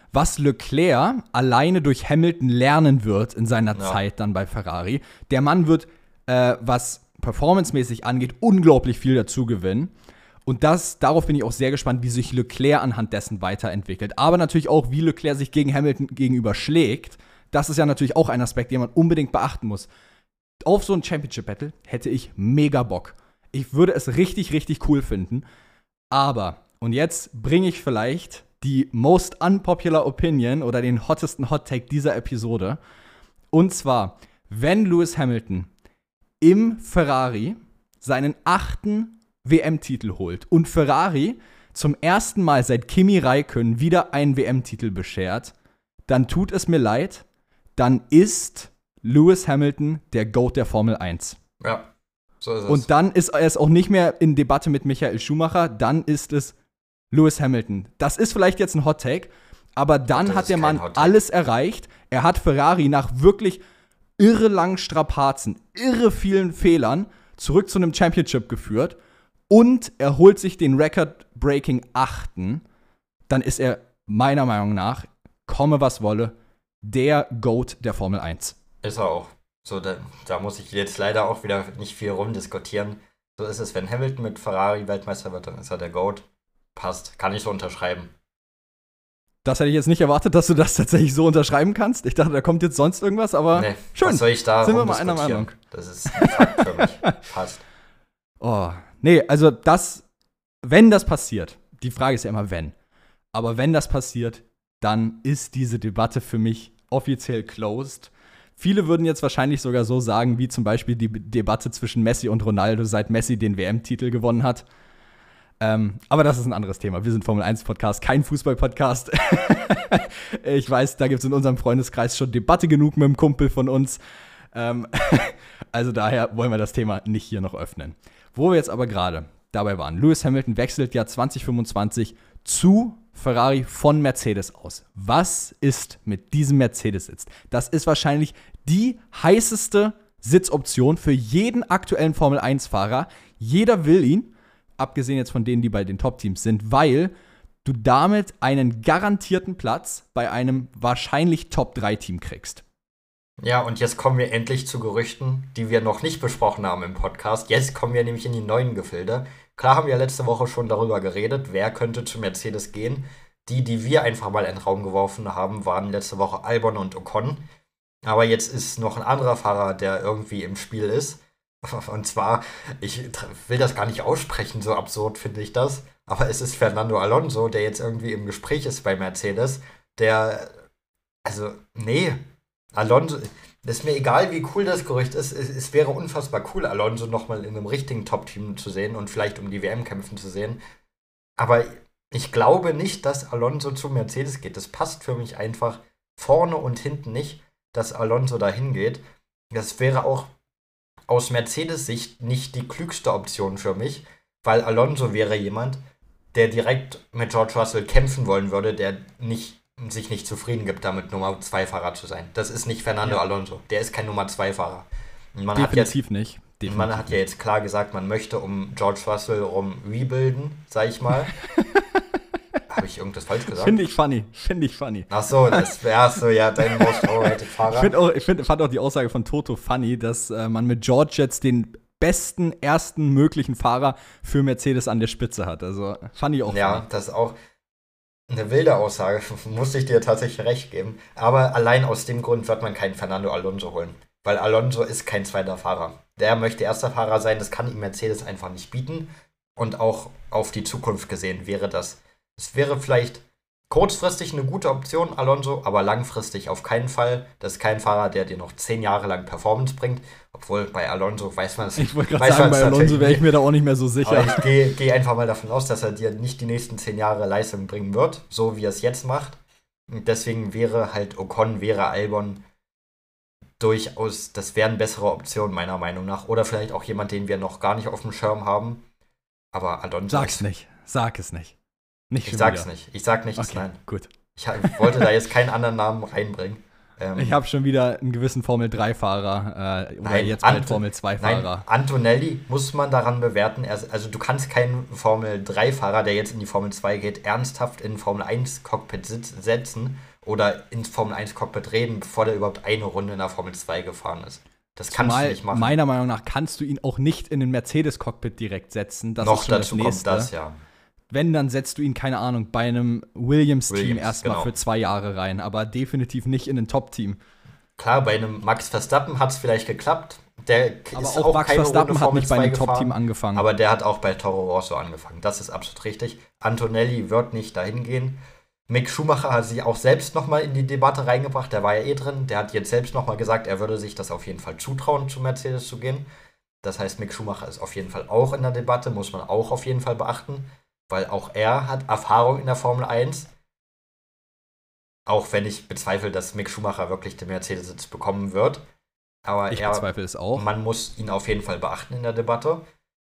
was Leclerc alleine durch Hamilton lernen wird in seiner Ja. Zeit dann bei Ferrari. Der Mann wird, äh, was performancemäßig angeht, unglaublich viel dazu gewinnen. Und das, darauf bin ich auch sehr gespannt, wie sich Leclerc anhand dessen weiterentwickelt. Aber natürlich auch, wie Leclerc sich gegen Hamilton gegenüber schlägt. Das ist ja natürlich auch ein Aspekt, den man unbedingt beachten muss. Auf so ein Championship-Battle hätte ich mega Bock. Ich würde es richtig, richtig cool finden. Aber, und jetzt bringe ich vielleicht die most unpopular opinion oder den hottesten Hot-Take dieser Episode. Und zwar, wenn Lewis Hamilton im Ferrari seinen achten W M-Titel holt und Ferrari zum ersten Mal seit Kimi Räikkönen wieder einen W M-Titel beschert, dann tut es mir leid, dann ist Lewis Hamilton der GOAT der Formel eins. Ja, so ist es. Und dann ist er es auch nicht mehr in Debatte mit Michael Schumacher, dann ist es Lewis Hamilton. Das ist vielleicht jetzt ein Hot Take, aber dann Das hat ist der kein Mann Hot Take. alles erreicht. Er hat Ferrari nach wirklich irre langen Strapazen, irre vielen Fehlern zurück zu einem Championship geführt und er holt sich den Record-Breaking Achten. Dann ist er meiner Meinung nach, komme was wolle, der GOAT der Formel eins. Ist er auch. So, da, da muss ich jetzt leider auch wieder nicht viel rumdiskutieren. So ist es, wenn Hamilton mit Ferrari Weltmeister wird, dann ist er der GOAT. Passt. Kann ich so unterschreiben. Das hätte ich jetzt nicht erwartet, dass du das tatsächlich so unterschreiben kannst. Ich dachte, da kommt jetzt sonst irgendwas, aber Nee, schön. was soll ich da Sind wir mal einer rumdiskutieren? Meinung. Das ist ein Fakt für mich. Passt. Oh, nee, also das, wenn das passiert, die Frage ist ja immer, wenn. Aber wenn das passiert, dann ist diese Debatte für mich offiziell closed. Viele würden jetzt wahrscheinlich sogar so sagen, wie zum Beispiel die Debatte zwischen Messi und Ronaldo, seit Messi den W M-Titel gewonnen hat. Ähm, aber das ist ein anderes Thema. Wir sind Formel eins Podcast, kein Fußball-Podcast. Ich weiß, da gibt es in unserem Freundeskreis schon Debatte genug mit einem Kumpel von uns. Ähm, also daher wollen wir das Thema nicht hier noch öffnen. Wo wir jetzt aber gerade dabei waren. Lewis Hamilton wechselt ja zwanzig fünfundzwanzig zu Ferrari von Mercedes aus. Was ist mit diesem Mercedes-Sitz? Das ist wahrscheinlich die heißeste Sitzoption für jeden aktuellen Formel eins Fahrer. Jeder will ihn, abgesehen jetzt von denen, die bei den Top-Teams sind, weil du damit einen garantierten Platz bei einem wahrscheinlich Top drei Team kriegst. Ja, und jetzt kommen wir endlich zu Gerüchten, die wir noch nicht besprochen haben im Podcast. Jetzt kommen wir nämlich in die neuen Gefilde. Klar haben wir letzte Woche schon darüber geredet, wer könnte zu Mercedes gehen. Die, die wir einfach mal in den Raum geworfen haben, waren letzte Woche Albon und Ocon. Aber jetzt ist noch ein anderer Fahrer, der irgendwie im Spiel ist. Und zwar, ich will das gar nicht aussprechen, so absurd finde ich das. Aber es ist Fernando Alonso, der jetzt irgendwie im Gespräch ist bei Mercedes. Der, also, nee, Alonso, ist mir egal, wie cool das Gerücht ist. Es, es wäre unfassbar cool, Alonso nochmal in einem richtigen Top-Team zu sehen und vielleicht um die W M kämpfen zu sehen. Aber ich glaube nicht, dass Alonso zu Mercedes geht. Das passt für mich einfach vorne und hinten nicht, dass Alonso dahin geht. Das wäre auch aus Mercedes-Sicht nicht die klügste Option für mich, weil Alonso wäre jemand, der direkt mit George Russell kämpfen wollen würde, der nicht, sich nicht zufrieden gibt, damit Nummer zwei Fahrer zu sein. Das ist nicht Fernando Ja. Alonso. Der ist kein Nummer zwei Fahrer. Man Definitiv hat jetzt, nicht. Definitiv man hat ja jetzt klar gesagt, man möchte um George Russell rum rebuilden, sag ich mal. Habe ich irgendwas falsch gesagt? Finde ich funny. Finde ich funny. Ach so, das wäre so, ja, dein most overrated Fahrer. Ich, find auch, ich find, fand auch die Aussage von Toto funny, dass äh, man mit George jetzt den besten, ersten möglichen Fahrer für Mercedes an der Spitze hat. Also fand ich auch Ja, funny. das ist auch eine wilde Aussage, muss ich dir tatsächlich recht geben. Aber allein aus dem Grund wird man keinen Fernando Alonso holen. Weil Alonso ist kein zweiter Fahrer. Der möchte erster Fahrer sein, das kann ihm Mercedes einfach nicht bieten. Und auch auf die Zukunft gesehen wäre das. Es wäre vielleicht kurzfristig eine gute Option, Alonso, aber langfristig auf keinen Fall. Das ist kein Fahrer, der dir noch zehn Jahre lang Performance bringt. Obwohl bei Alonso weiß man es. Ich wollte gerade weiß sagen, man's bei Alonso natürlich wäre ich nicht. mir da auch nicht mehr so sicher. Aber ich gehe geh einfach mal davon aus, dass er dir nicht die nächsten zehn Jahre Leistung bringen wird, so wie er es jetzt macht. Und deswegen wäre halt Ocon, wäre Albon durchaus, das wären bessere Optionen meiner Meinung nach. Oder vielleicht auch jemand, den wir noch gar nicht auf dem Schirm haben. Aber Alonso. Sag's ist, nicht. Sag es nicht. Nicht Ich schon sag's wieder. nicht. Ich sag nichts, Okay, nein. gut. Ich ha- wollte da jetzt keinen anderen Namen reinbringen. Ähm, ich habe schon wieder einen gewissen Formel drei Fahrer äh, oder nein, jetzt bald Ant- Formel zwei Fahrer. Nein, Antonelli muss man daran bewerten. Er, also du kannst keinen Formel drei Fahrer, der jetzt in die Formel zwei geht, ernsthaft in Formel eins Cockpit sitz- setzen oder ins Formel eins Cockpit reden, bevor der überhaupt eine Runde in der Formel zwei gefahren ist. Das kannst Zumal, du nicht machen. meiner Meinung nach kannst du ihn auch nicht in den Mercedes-Cockpit direkt setzen. Das Noch ist schon dazu das kommt das, ja. Wenn, dann setzt du ihn, keine Ahnung, bei einem Williams-Team Williams, erstmal genau. für zwei Jahre rein, aber definitiv nicht in ein Top-Team. Klar, bei einem Max Verstappen hat es vielleicht geklappt. Der Aber ist auch, auch Max keine Verstappen Runde hat Formel nicht bei zwei einem Top-Team gefahren, angefangen. aber der hat auch bei Toro Rosso angefangen. Das ist absolut richtig. Antonelli wird nicht dahin gehen. Mick Schumacher hat sich auch selbst nochmal in die Debatte reingebracht. Der war ja eh drin. Der hat jetzt selbst nochmal gesagt, er würde sich das auf jeden Fall zutrauen, zu Mercedes zu gehen. Das heißt, Mick Schumacher ist auf jeden Fall auch in der Debatte. Muss man auch auf jeden Fall beachten. Weil auch er hat Erfahrung in der Formel eins. Auch wenn ich bezweifle, dass Mick Schumacher wirklich den Mercedes-Sitz bekommen wird. Aber ich er, bezweifle es auch. man muss ihn auf jeden Fall beachten in der Debatte.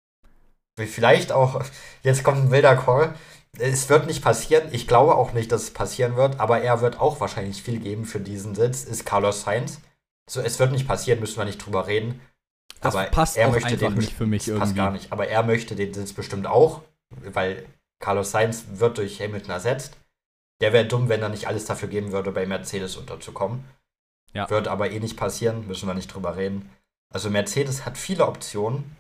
Vielleicht auch, jetzt kommt ein wilder Call. Es wird nicht passieren. Ich glaube auch nicht, dass es passieren wird. Aber er wird auch wahrscheinlich viel geben für diesen Sitz. Ist Carlos Sainz. So, es wird nicht passieren, müssen wir nicht drüber reden. Das aber passt er auch möchte einfach den nicht für mich das passt irgendwie. gar nicht. Aber er möchte den Sitz bestimmt auch, weil Carlos Sainz wird durch Hamilton ersetzt. Der wäre dumm, wenn er nicht alles dafür geben würde, bei Mercedes unterzukommen. Ja. Wird aber eh nicht passieren, müssen wir nicht drüber reden. Also Mercedes hat viele Optionen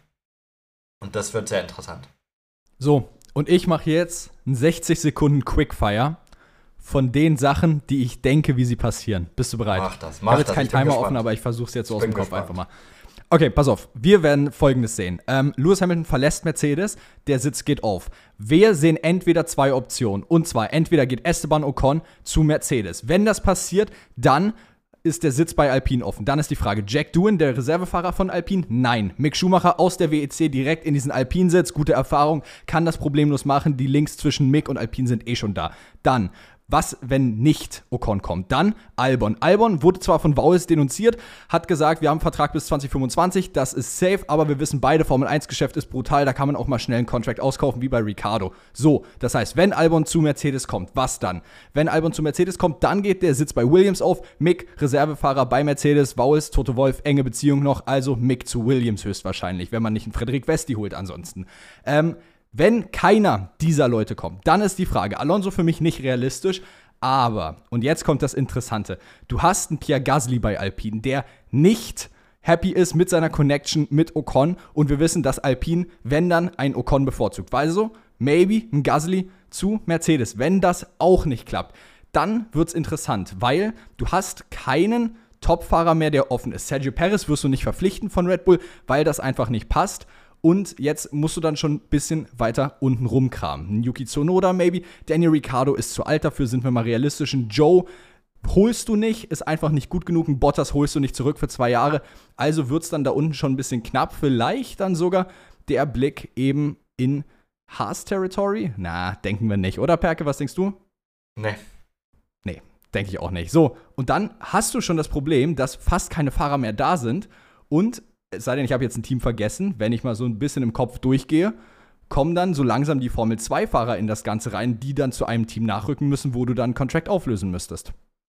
und das wird sehr interessant. So, und ich mache jetzt einen sechzig Sekunden Quickfire von den Sachen, die ich denke, wie sie passieren. Bist du bereit? Mach das, Ich mach habe jetzt das. keinen ich bin Timer gespannt. offen, aber ich versuche es jetzt so Ich aus dem bin Kopf gespannt. einfach mal. Okay, pass auf. Wir werden Folgendes sehen. Ähm, Lewis Hamilton verlässt Mercedes, der Sitz geht auf. Wir sehen entweder zwei Optionen. Und zwar, entweder geht Esteban Ocon zu Mercedes. Wenn das passiert, dann ist der Sitz bei Alpine offen. Dann ist die Frage, Jack Doohan, der Reservefahrer von Alpine? Nein. Mick Schumacher aus der W E C direkt in diesen Alpine-Sitz. Gute Erfahrung, kann das problemlos machen. Die Links zwischen Mick und Alpine sind eh schon da. Dann, was, wenn nicht Ocon kommt? Dann Albon. Albon wurde zwar von Vowles denunziert, hat gesagt, wir haben einen Vertrag bis zwanzig fünfundzwanzig, das ist safe, aber wir wissen beide, Formel eins Geschäft ist brutal, da kann man auch mal schnell einen Contract auskaufen, wie bei Ricciardo. So, das heißt, wenn Albon zu Mercedes kommt, was dann? Wenn Albon zu Mercedes kommt, dann geht der Sitz bei Williams auf, Mick, Reservefahrer bei Mercedes, Vowles, Toto Wolff, enge Beziehung noch, also Mick zu Williams höchstwahrscheinlich, wenn man nicht einen Frederik Vesti holt ansonsten. Ähm, Wenn keiner dieser Leute kommt, dann ist die Frage, Alonso für mich nicht realistisch, aber, und jetzt kommt das Interessante, du hast einen Pierre Gasly bei Alpine, der nicht happy ist mit seiner Connection mit Ocon und wir wissen, dass Alpine, wenn dann, ein Ocon bevorzugt. Also, maybe ein Gasly zu Mercedes. Wenn das auch nicht klappt, dann wird's interessant, weil du hast keinen Topfahrer mehr, der offen ist. Sergio Perez wirst du nicht verpflichten von Red Bull, weil das einfach nicht passt. Und jetzt musst du dann schon ein bisschen weiter unten rumkramen. Ein Yuki Tsunoda maybe, Daniel Ricciardo ist zu alt dafür, sind wir mal realistisch. Ein Joe holst du nicht, ist einfach nicht gut genug. Ein Bottas holst du nicht zurück für zwei Jahre. Also wird es dann da unten schon ein bisschen knapp. Vielleicht dann sogar der Blick eben in Haas-Territory. Na, denken wir nicht, oder Perke, was denkst du? Nee. Nee, denke ich auch nicht. So, und dann hast du schon das Problem, dass fast keine Fahrer mehr da sind und es sei denn, ich habe jetzt ein Team vergessen, wenn ich mal so ein bisschen im Kopf durchgehe, kommen dann so langsam die Formel zwei Fahrer in das Ganze rein, die dann zu einem Team nachrücken müssen, wo du dann einen Contract auflösen müsstest.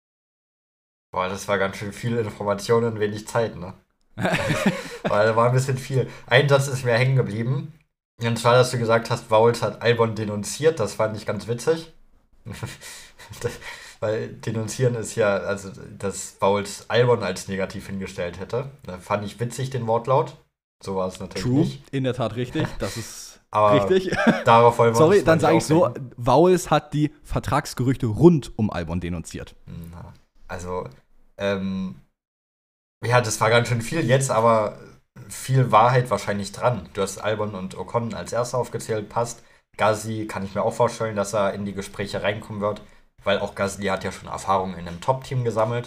Boah, das war ganz schön viel Information in wenig Zeit, ne? Weil da war ein bisschen viel. Ein Satz ist mir hängen geblieben. Und zwar, dass du gesagt hast, Vowles hat Albon denunziert. Das fand ich ganz witzig. das, weil denunzieren ist ja, also, dass Vowles Albon als negativ hingestellt hätte. Da fand ich witzig den Wortlaut. So war es natürlich True, nicht. in der Tat richtig. Das ist Aber richtig. Darauf wollen wir Sorry, uns dann nicht sage ich so, aufhängen. Vowles hat die Vertragsgerüchte rund um Albon denunziert. Na, Also, ähm, ja, das war ganz schön viel jetzt, aber viel Wahrheit wahrscheinlich dran. Du hast Albon und Ocon als erster aufgezählt, passt. Gasly kann ich mir auch vorstellen, dass er in die Gespräche reinkommen wird, weil auch Gasly hat ja schon Erfahrungen in einem Top-Team gesammelt.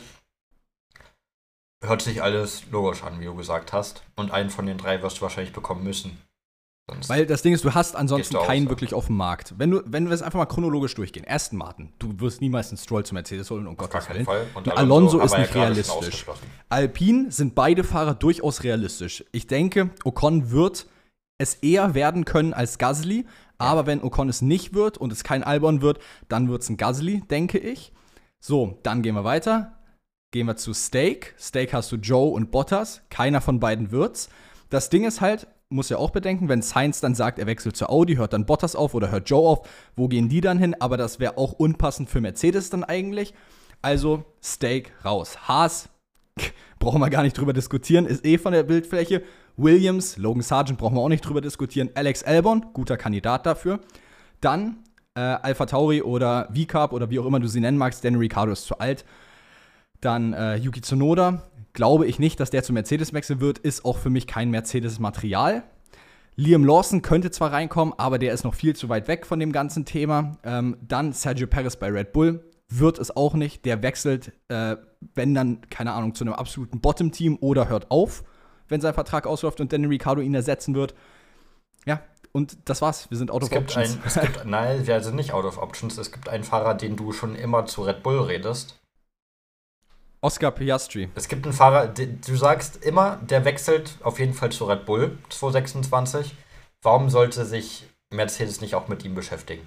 Hört sich alles logisch an, wie du gesagt hast. Und einen von den drei wirst du wahrscheinlich bekommen müssen. Sonst Weil das Ding ist, du hast ansonsten Gehst du keinen auch so. wirklich auf dem Markt. Wenn du, wenn wir es einfach mal chronologisch durchgehen. Aston Martin, du wirst niemals einen Stroll zu Mercedes holen, um auf gar Gottes keinen Willen. Fall. Und Und Alonso ist aber ja nicht gerade schon realistisch. ausgeschlossen. Alpine sind beide Fahrer durchaus realistisch. Ich denke, Ocon wird es eher werden können als Gasly. Aber wenn Ocon es nicht wird und es kein Albon wird, dann wird es ein Gasly, denke ich. So, dann gehen wir weiter. gehen wir zu Steak. Steak hast du Joe und Bottas. Keiner von beiden wird's. Das Ding ist halt, muss ja auch bedenken, wenn Sainz dann sagt, er wechselt zu Audi, hört dann Bottas auf oder hört Joe auf, wo gehen die dann hin? Aber das wäre auch unpassend für Mercedes dann eigentlich. Also Steak raus. Haas, brauchen wir gar nicht drüber diskutieren, ist eh von der Bildfläche. Williams, Logan Sargent brauchen wir auch nicht drüber diskutieren. Alex Albon, guter Kandidat dafür. Dann äh, AlphaTauri oder V-Carb oder wie auch immer du sie nennen magst. Daniel Ricciardo ist zu alt. Dann äh, Yuki Tsunoda. Glaube ich nicht, dass der zu Mercedes wechseln wird. Ist auch für mich kein Mercedes-Material. Liam Lawson könnte zwar reinkommen, aber der ist noch viel zu weit weg von dem ganzen Thema. Ähm, dann Sergio Perez bei Red Bull. Wird es auch nicht. Der wechselt, äh, wenn dann, keine Ahnung, zu einem absoluten Bottom-Team oder hört auf, wenn sein Vertrag ausläuft und Daniel Ricciardo ihn ersetzen wird. Ja, und das war's. Wir sind out of es gibt options. Ein, es gibt, nein, wir sind nicht out of options. Es gibt einen Fahrer, den du schon immer zu Red Bull redest. Oscar Piastri. Es gibt einen Fahrer, du sagst immer, der wechselt auf jeden Fall zu Red Bull zwanzig sechsundzwanzig. Warum sollte sich Mercedes nicht auch mit ihm beschäftigen?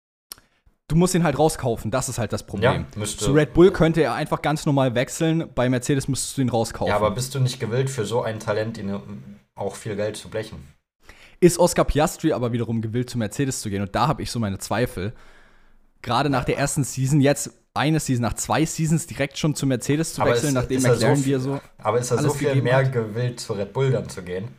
Du musst ihn halt rauskaufen, das ist halt das Problem. Ja, müsste, zu Red Bull könnte er einfach ganz normal wechseln, bei Mercedes müsstest du ihn rauskaufen. Ja, aber bist du nicht gewillt, für so ein Talent ihn auch viel Geld zu blechen? Ist Oscar Piastri aber wiederum gewillt, zu Mercedes zu gehen? Und da habe ich so meine Zweifel. Gerade nach der ersten Season, jetzt eine Season, nach zwei Seasons direkt schon zu Mercedes zu aber wechseln, ist, nachdem ist McLaren so viel, dir so Aber ist er so viel mehr hat? gewillt, zu Red Bull dann zu gehen?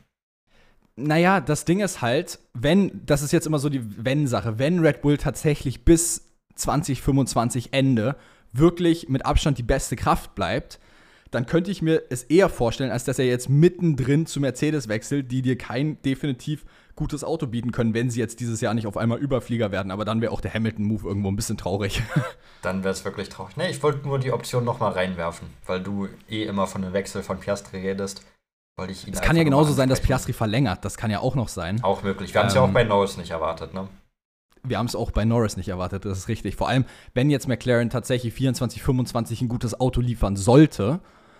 Naja, das Ding ist halt, wenn, das ist jetzt immer so die Wenn-Sache, wenn Red Bull tatsächlich bis zwanzig fünfundzwanzig Ende wirklich mit Abstand die beste Kraft bleibt, dann könnte ich mir es eher vorstellen, als dass er jetzt mittendrin zu Mercedes wechselt, die dir kein definitiv gutes Auto bieten können, wenn sie jetzt dieses Jahr nicht auf einmal Überflieger werden. Aber dann wäre auch der Hamilton-Move irgendwo ein bisschen traurig. Dann wäre es wirklich traurig. Nee, ich wollte nur die Option noch mal reinwerfen, weil du eh immer von dem Wechsel von Piastri redest. Ich ihn es kann ja genauso sein, dass Piastri verlängert. Das kann ja auch noch sein. Auch möglich. Wir haben es ähm, ja auch bei Norris nicht erwartet, ne? Wir haben es auch bei Norris nicht erwartet, das ist richtig. Vor allem, wenn jetzt McLaren tatsächlich vierundzwanzig, fünfundzwanzig ein gutes Auto liefern sollte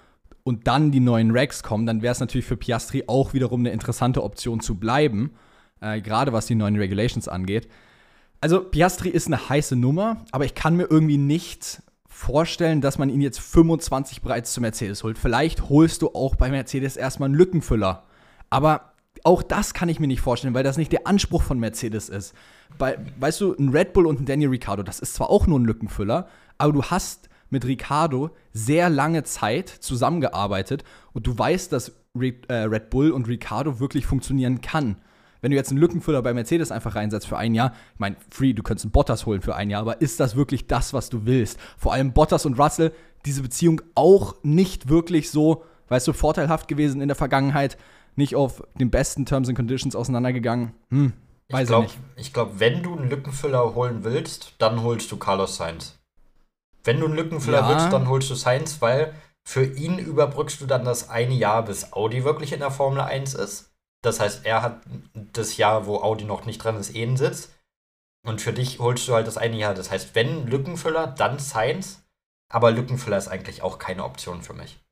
und dann die neuen Regs kommen, dann wäre es natürlich für Piastri auch wiederum eine interessante Option zu bleiben, äh, gerade was die neuen Regulations angeht. Also Piastri ist eine heiße Nummer, aber ich kann mir irgendwie nicht vorstellen, dass man ihn jetzt fünfundzwanzig bereits zu Mercedes holt. Vielleicht holst du auch bei Mercedes erstmal einen Lückenfüller, aber auch das kann ich mir nicht vorstellen, weil das nicht der Anspruch von Mercedes ist. Bei, weißt du, ein Red Bull und ein Daniel Ricciardo, das ist zwar auch nur ein Lückenfüller, aber du hast mit Ricciardo sehr lange Zeit zusammengearbeitet und du weißt, dass Red Bull und Ricciardo wirklich funktionieren kann. Wenn du jetzt einen Lückenfüller bei Mercedes einfach reinsetzt für ein Jahr, ich meine, free, du könntest einen Bottas holen für ein Jahr, aber ist das wirklich das, was du willst? Vor allem Bottas und Russell, diese Beziehung auch nicht wirklich so, weißt du, vorteilhaft gewesen in der Vergangenheit, nicht auf den besten Terms and Conditions auseinandergegangen. Hm, weiß ich, glaub, ich nicht. Ich glaube, wenn du einen Lückenfüller holen willst, dann holst du Carlos Sainz. Wenn du einen Lückenfüller ja. willst, dann holst du Sainz, weil für ihn überbrückst du dann das eine Jahr, bis Audi wirklich in der Formel eins ist. Das heißt, er hat das Jahr, wo Audi noch nicht dran ist, eh einen Sitz. Und für dich holst du halt das eine Jahr. Das heißt, wenn Lückenfüller, dann Sainz. Aber Lückenfüller ist eigentlich auch keine Option für mich.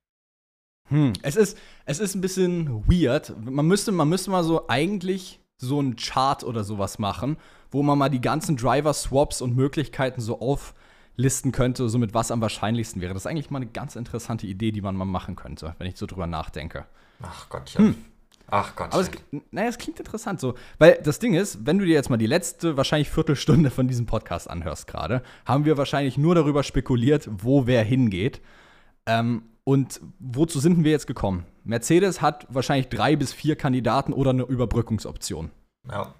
Hm, es ist, es ist ein bisschen weird. Man müsste, man müsste mal so eigentlich so einen Chart oder sowas machen, wo man mal die ganzen Driver-Swaps und Möglichkeiten so auflisten könnte, so mit was am wahrscheinlichsten wäre. Das ist eigentlich mal eine ganz interessante Idee, die man mal machen könnte, wenn ich so drüber nachdenke. Ach Gottchen. Hm. Ach Gottchen. Aber es, naja, es klingt interessant so. Weil das Ding ist, wenn du dir jetzt mal die letzte wahrscheinlich Viertelstunde von diesem Podcast anhörst gerade, haben wir wahrscheinlich nur darüber spekuliert, wo wer hingeht. Ähm, Und wozu sind wir jetzt gekommen? Mercedes hat wahrscheinlich drei bis vier Kandidaten oder eine Überbrückungsoption. Ja.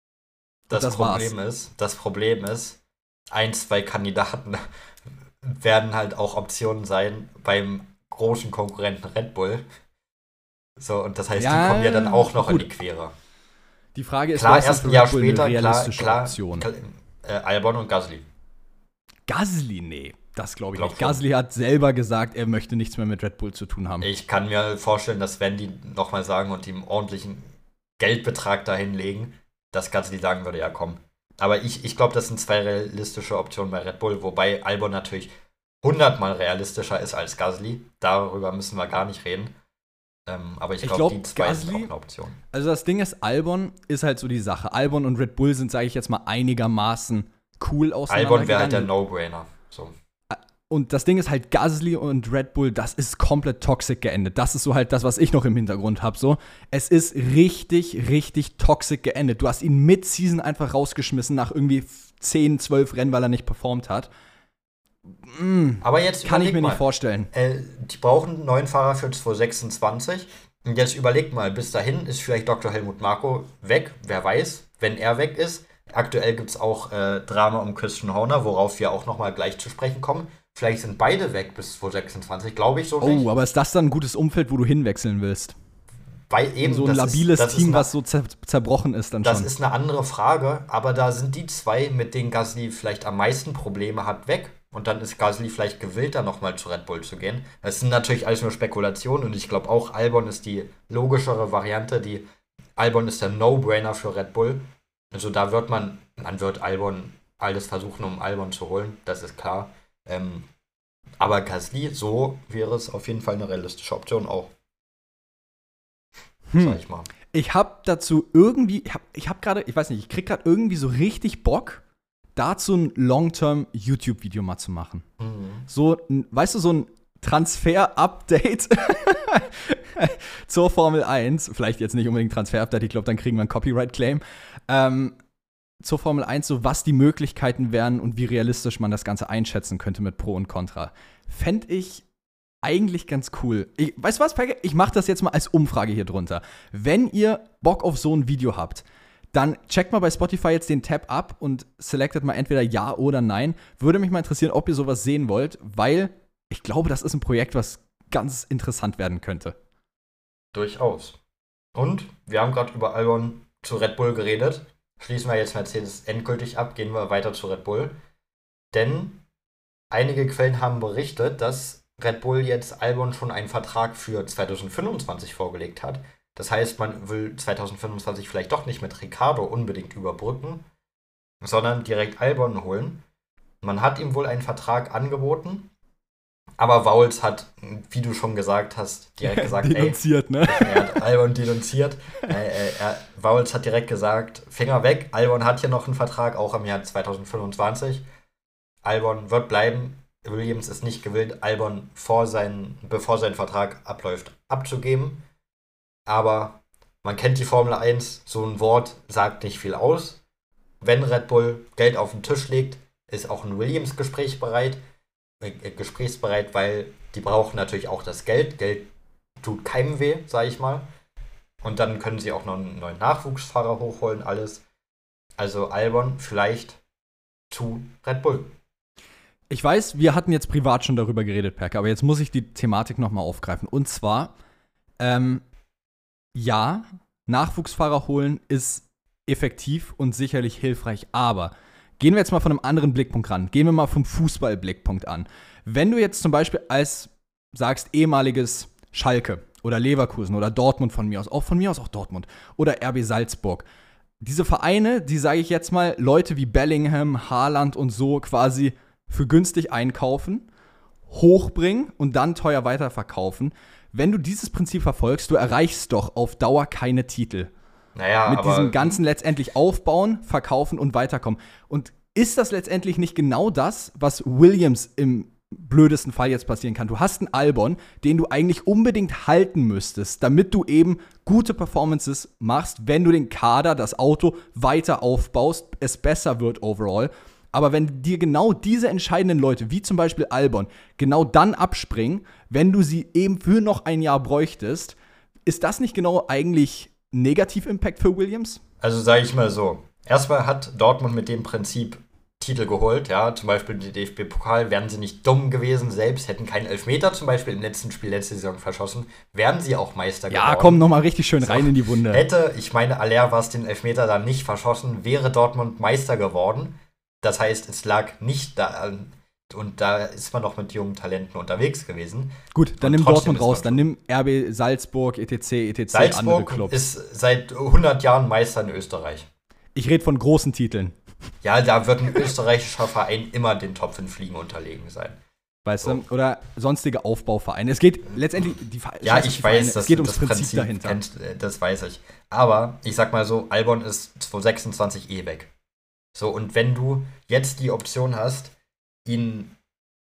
Das, das Problem war's. ist, das Problem ist, ein, zwei Kandidaten werden halt auch Optionen sein beim großen Konkurrenten Red Bull. So, und das heißt, ja, die kommen ja dann auch noch gut in die Quere. Die Frage ist, klar, erst ein Jahr später, eine realistische klar, klar, Option. Äh, Albon und Gasly. Gasly, nee. Das glaube ich, glaub nicht. Schon. Gasly hat selber gesagt, er möchte nichts mehr mit Red Bull zu tun haben. Ich kann mir vorstellen, dass wenn die nochmal sagen und ihm einen ordentlichen Geldbetrag dahin legen, dass Gasly sagen würde, ja komm. Aber ich, ich glaube, das sind zwei realistische Optionen bei Red Bull, wobei Albon natürlich hundertmal realistischer ist als Gasly. Darüber müssen wir gar nicht reden. Ähm, aber ich, ich glaube, glaub, die zwei Gasly, sind auch eine Option. Also das Ding ist, Albon ist halt so die Sache. Albon und Red Bull sind, sage ich jetzt mal, einigermaßen cool auseinandergegangen. Albon wäre halt der No-Brainer. So. Und das Ding ist halt, Gasly und Red Bull, das ist komplett toxisch geendet. Das ist so halt das, was ich noch im Hintergrund habe. So. Es ist richtig, richtig toxisch geendet. Du hast ihn mid-Season einfach rausgeschmissen nach irgendwie zehn, zwölf Rennen, weil er nicht performt hat. Mm, Aber jetzt kann ich mir mal, nicht vorstellen. Äh, die brauchen einen neuen Fahrer für zwanzig sechsundzwanzig. Und jetzt überlegt mal, bis dahin ist vielleicht Doktor Helmut Marko weg. Wer weiß, wenn er weg ist. Aktuell gibt es auch äh, Drama um Christian Horner, worauf wir auch noch mal gleich zu sprechen kommen. Vielleicht sind beide weg bis zwanzig sechsundzwanzig, glaube ich so nicht. Oh, aber ist das dann ein gutes Umfeld, wo du hinwechseln willst? Weil eben, so ein labiles ist, Team, eine, was so zer zerbrochen ist dann das schon. Das ist eine andere Frage, aber da sind die zwei, mit denen Gasly vielleicht am meisten Probleme hat, weg. Und dann ist Gasly vielleicht gewillt, da nochmal zu Red Bull zu gehen. Das sind natürlich alles nur Spekulationen und ich glaube auch, Albon ist die logischere Variante. Die Albon ist der No-Brainer für Red Bull. Also da wird man, man wird Albon alles versuchen, um Albon zu holen, das ist klar. Ähm, aber Gasly, so wäre es auf jeden Fall eine realistische Option auch. Hm. Sag ich mal. Ich hab dazu irgendwie, ich hab, ich hab gerade, ich weiß nicht, ich krieg gerade irgendwie so richtig Bock, dazu ein Long-Term-YouTube-Video mal zu machen. Mhm. So, ein, weißt du, so ein Transfer-Update zur Formel eins. Vielleicht jetzt nicht unbedingt Transfer-Update, ich glaube, dann kriegen wir einen Copyright-Claim. Ähm, zur Formel eins, so was die Möglichkeiten wären und wie realistisch man das Ganze einschätzen könnte mit Pro und Contra. Fände ich eigentlich ganz cool. Ich, weißt du was, Peggy? Ich mache das jetzt mal als Umfrage hier drunter. Wenn ihr Bock auf so ein Video habt, dann checkt mal bei Spotify jetzt den Tab ab und selectet mal entweder Ja oder Nein. Würde mich mal interessieren, ob ihr sowas sehen wollt, weil ich glaube, das ist ein Projekt, was ganz interessant werden könnte. Durchaus. Und wir haben gerade über Albon zu Red Bull geredet. Schließen wir jetzt Mercedes endgültig ab, gehen wir weiter zu Red Bull. Denn einige Quellen haben berichtet, dass Red Bull jetzt Albon schon einen Vertrag für zwanzig fünfundzwanzig vorgelegt hat. Das heißt, man will zwanzig fünfundzwanzig vielleicht doch nicht mit Ricciardo unbedingt überbrücken, sondern direkt Albon holen. Man hat ihm wohl einen Vertrag angeboten, aber Vowles hat, wie du schon gesagt hast, direkt gesagt, denunziert, ey, ne? Er hat Albon denunziert. äh, er, Vowles hat direkt gesagt, Finger weg, Albon hat hier noch einen Vertrag, auch im Jahr zwanzig fünfundzwanzig. Albon wird bleiben. Williams ist nicht gewillt, Albon vor seinen, bevor sein Vertrag abläuft, abzugeben. Aber man kennt die Formel eins, so ein Wort sagt nicht viel aus. Wenn Red Bull Geld auf den Tisch legt, ist auch ein Williams gesprächsbereit, äh, gesprächsbereit, weil die brauchen natürlich auch das Geld. Geld tut keinem weh, sage ich mal. Und dann können sie auch noch einen neuen Nachwuchsfahrer hochholen, alles. Also Albon vielleicht zu Red Bull. Ich weiß, wir hatten jetzt privat schon darüber geredet, Perke, aber jetzt muss ich die Thematik noch mal aufgreifen. Und zwar, ähm, ja, Nachwuchsfahrer holen ist effektiv und sicherlich hilfreich, aber gehen wir jetzt mal von einem anderen Blickpunkt ran. Gehen wir mal vom Fußballblickpunkt an. Wenn du jetzt zum Beispiel als, sagst, ehemaliges Schalke oder Leverkusen oder Dortmund von mir aus, auch von mir aus auch Dortmund oder R B Salzburg, diese Vereine, die, sage ich jetzt mal, Leute wie Bellingham, Haaland und so quasi für günstig einkaufen, hochbringen und dann teuer weiterverkaufen. Wenn du dieses Prinzip verfolgst, du erreichst doch auf Dauer keine Titel. Naja, Mit aber diesem ganzen letztendlich aufbauen, verkaufen und weiterkommen. Und ist das letztendlich nicht genau das, was Williams im blödesten Fall jetzt passieren kann? Du hast einen Albon, den du eigentlich unbedingt halten müsstest, damit du eben gute Performances machst, wenn du den Kader, das Auto weiter aufbaust, es besser wird overall. Aber wenn dir genau diese entscheidenden Leute, wie zum Beispiel Albon, genau dann abspringen, wenn du sie eben für noch ein Jahr bräuchtest, ist das nicht genau eigentlich Negativ-Impact für Williams? Also sage ich mal so, erstmal hat Dortmund mit dem Prinzip Titel geholt, ja, zum Beispiel die D F B-Pokal, wären sie nicht dumm gewesen selbst, hätten keinen Elfmeter zum Beispiel im letzten Spiel letzte Saison verschossen, wären sie auch Meister geworden. Ja, komm, nochmal richtig schön rein so, in die Wunde. Hätte, ich meine, Aller was den Elfmeter dann nicht verschossen, wäre Dortmund Meister geworden. Das heißt, es lag nicht da an, und da ist man noch mit jungen Talenten unterwegs gewesen. Gut, dann und nimm Dortmund raus, dann nimm R B Salzburg, et cetera, et cetera, andere Salzburg Clubs. ist seit hundert Jahren Meister in Österreich. Ich rede von großen Titeln. Ja, da wird ein österreichischer Verein immer den Top fünf Ligen unterlegen sein. Weißt so. du? Oder sonstige Aufbauvereine. Es geht letztendlich, die Ja, ich weiß, es geht ums das Prinzip, Prinzip dahinter. Kennt, das weiß ich. Aber ich sag mal so, Albon ist zwanzig sechsundzwanzig eh weg. So, und wenn du jetzt die Option hast, ihn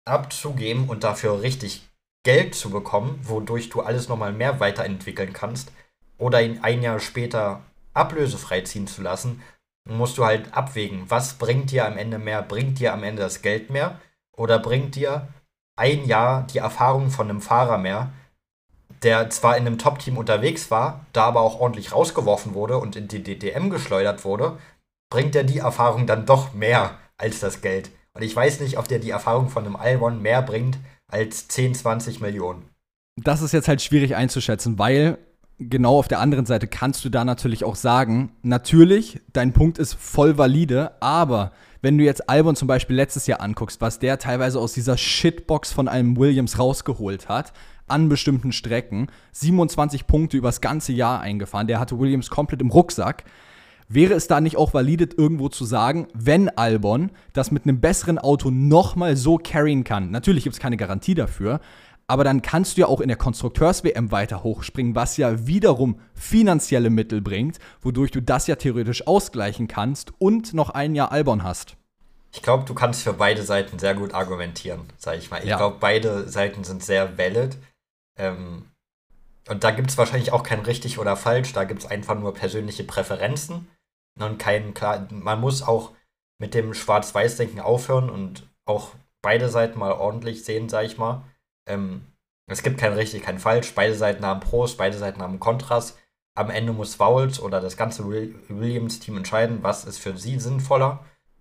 abzugeben und dafür richtig Geld zu bekommen, wodurch du alles nochmal mehr weiterentwickeln kannst, oder ihn ein Jahr später ablösefrei ziehen zu lassen, musst du halt abwägen, was bringt dir am Ende mehr? Bringt dir am Ende das Geld mehr? Oder bringt dir ein Jahr die Erfahrung von einem Fahrer mehr, der zwar in einem Top-Team unterwegs war, da aber auch ordentlich rausgeworfen wurde und in die D T M geschleudert wurde, bringt er die Erfahrung dann doch mehr als das Geld. Und ich weiß nicht, ob der die Erfahrung von einem Albon mehr bringt als zehn, zwanzig Millionen. Das ist jetzt halt schwierig einzuschätzen, weil genau auf der anderen Seite kannst du da natürlich auch sagen, natürlich, dein Punkt ist voll valide, aber wenn du jetzt Albon zum Beispiel letztes Jahr anguckst, was der teilweise aus dieser Shitbox von einem Williams rausgeholt hat, an bestimmten Strecken, siebenundzwanzig Punkte übers ganze Jahr eingefahren, der hatte Williams komplett im Rucksack. Wäre es da nicht auch valide, irgendwo zu sagen, wenn Albon das mit einem besseren Auto nochmal so carryen kann, natürlich gibt es keine Garantie dafür, aber dann kannst du ja auch in der Konstrukteurs-W M weiter hochspringen, was ja wiederum finanzielle Mittel bringt, wodurch du das ja theoretisch ausgleichen kannst und noch ein Jahr Albon hast. Ich glaube, du kannst für beide Seiten sehr gut argumentieren, sag ich mal. Ich Ja. glaube, beide Seiten sind sehr valid. Ähm, und da gibt es wahrscheinlich auch kein richtig oder falsch, da gibt es einfach nur persönliche Präferenzen. Und kein klar, man muss auch mit dem Schwarz-Weiß-Denken aufhören und auch beide Seiten mal ordentlich sehen, sag ich mal. Ähm, es gibt kein richtig, kein falsch. Beide Seiten haben Pros, beide Seiten haben Kontras. Am Ende muss Vowles oder das ganze Will- Williams-Team entscheiden, was ist für sie sinnvoller.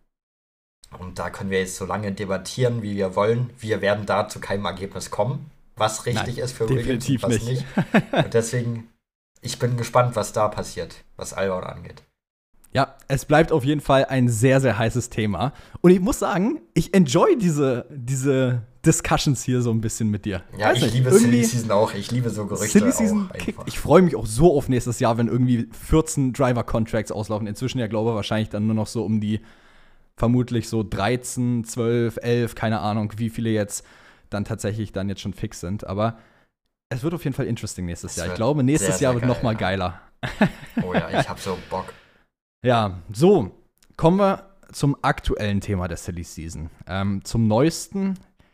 Und da können wir jetzt so lange debattieren, wie wir wollen. Wir werden da zu keinem Ergebnis kommen, was richtig Nein, ist für definitiv Williams und was nicht. nicht. Und deswegen, ich bin gespannt, was da passiert, was Albon angeht. Ja, es bleibt auf jeden Fall ein sehr, sehr heißes Thema. Und ich muss sagen, ich enjoy diese, diese Discussions hier so ein bisschen mit dir. Ja, Weiß ich nicht, liebe irgendwie Silly Season auch. Ich liebe so Gerüchte Silly Season auch kickt. einfach. Ich freue mich auch so auf nächstes Jahr, wenn irgendwie vierzehn Driver-Contracts auslaufen. Inzwischen ja, glaube ich, wahrscheinlich dann nur noch so um die vermutlich so dreizehn, zwölf, elf, keine Ahnung, wie viele jetzt dann tatsächlich dann jetzt schon fix sind. Aber es wird auf jeden Fall interesting nächstes Es Jahr. Ich wird glaube, nächstes sehr, sehr Jahr wird geil, noch mal ja. geiler. Oh ja, ich hab so Bock. Ja, so, kommen wir zum aktuellen Thema der Silly Season. Ähm, zum neuesten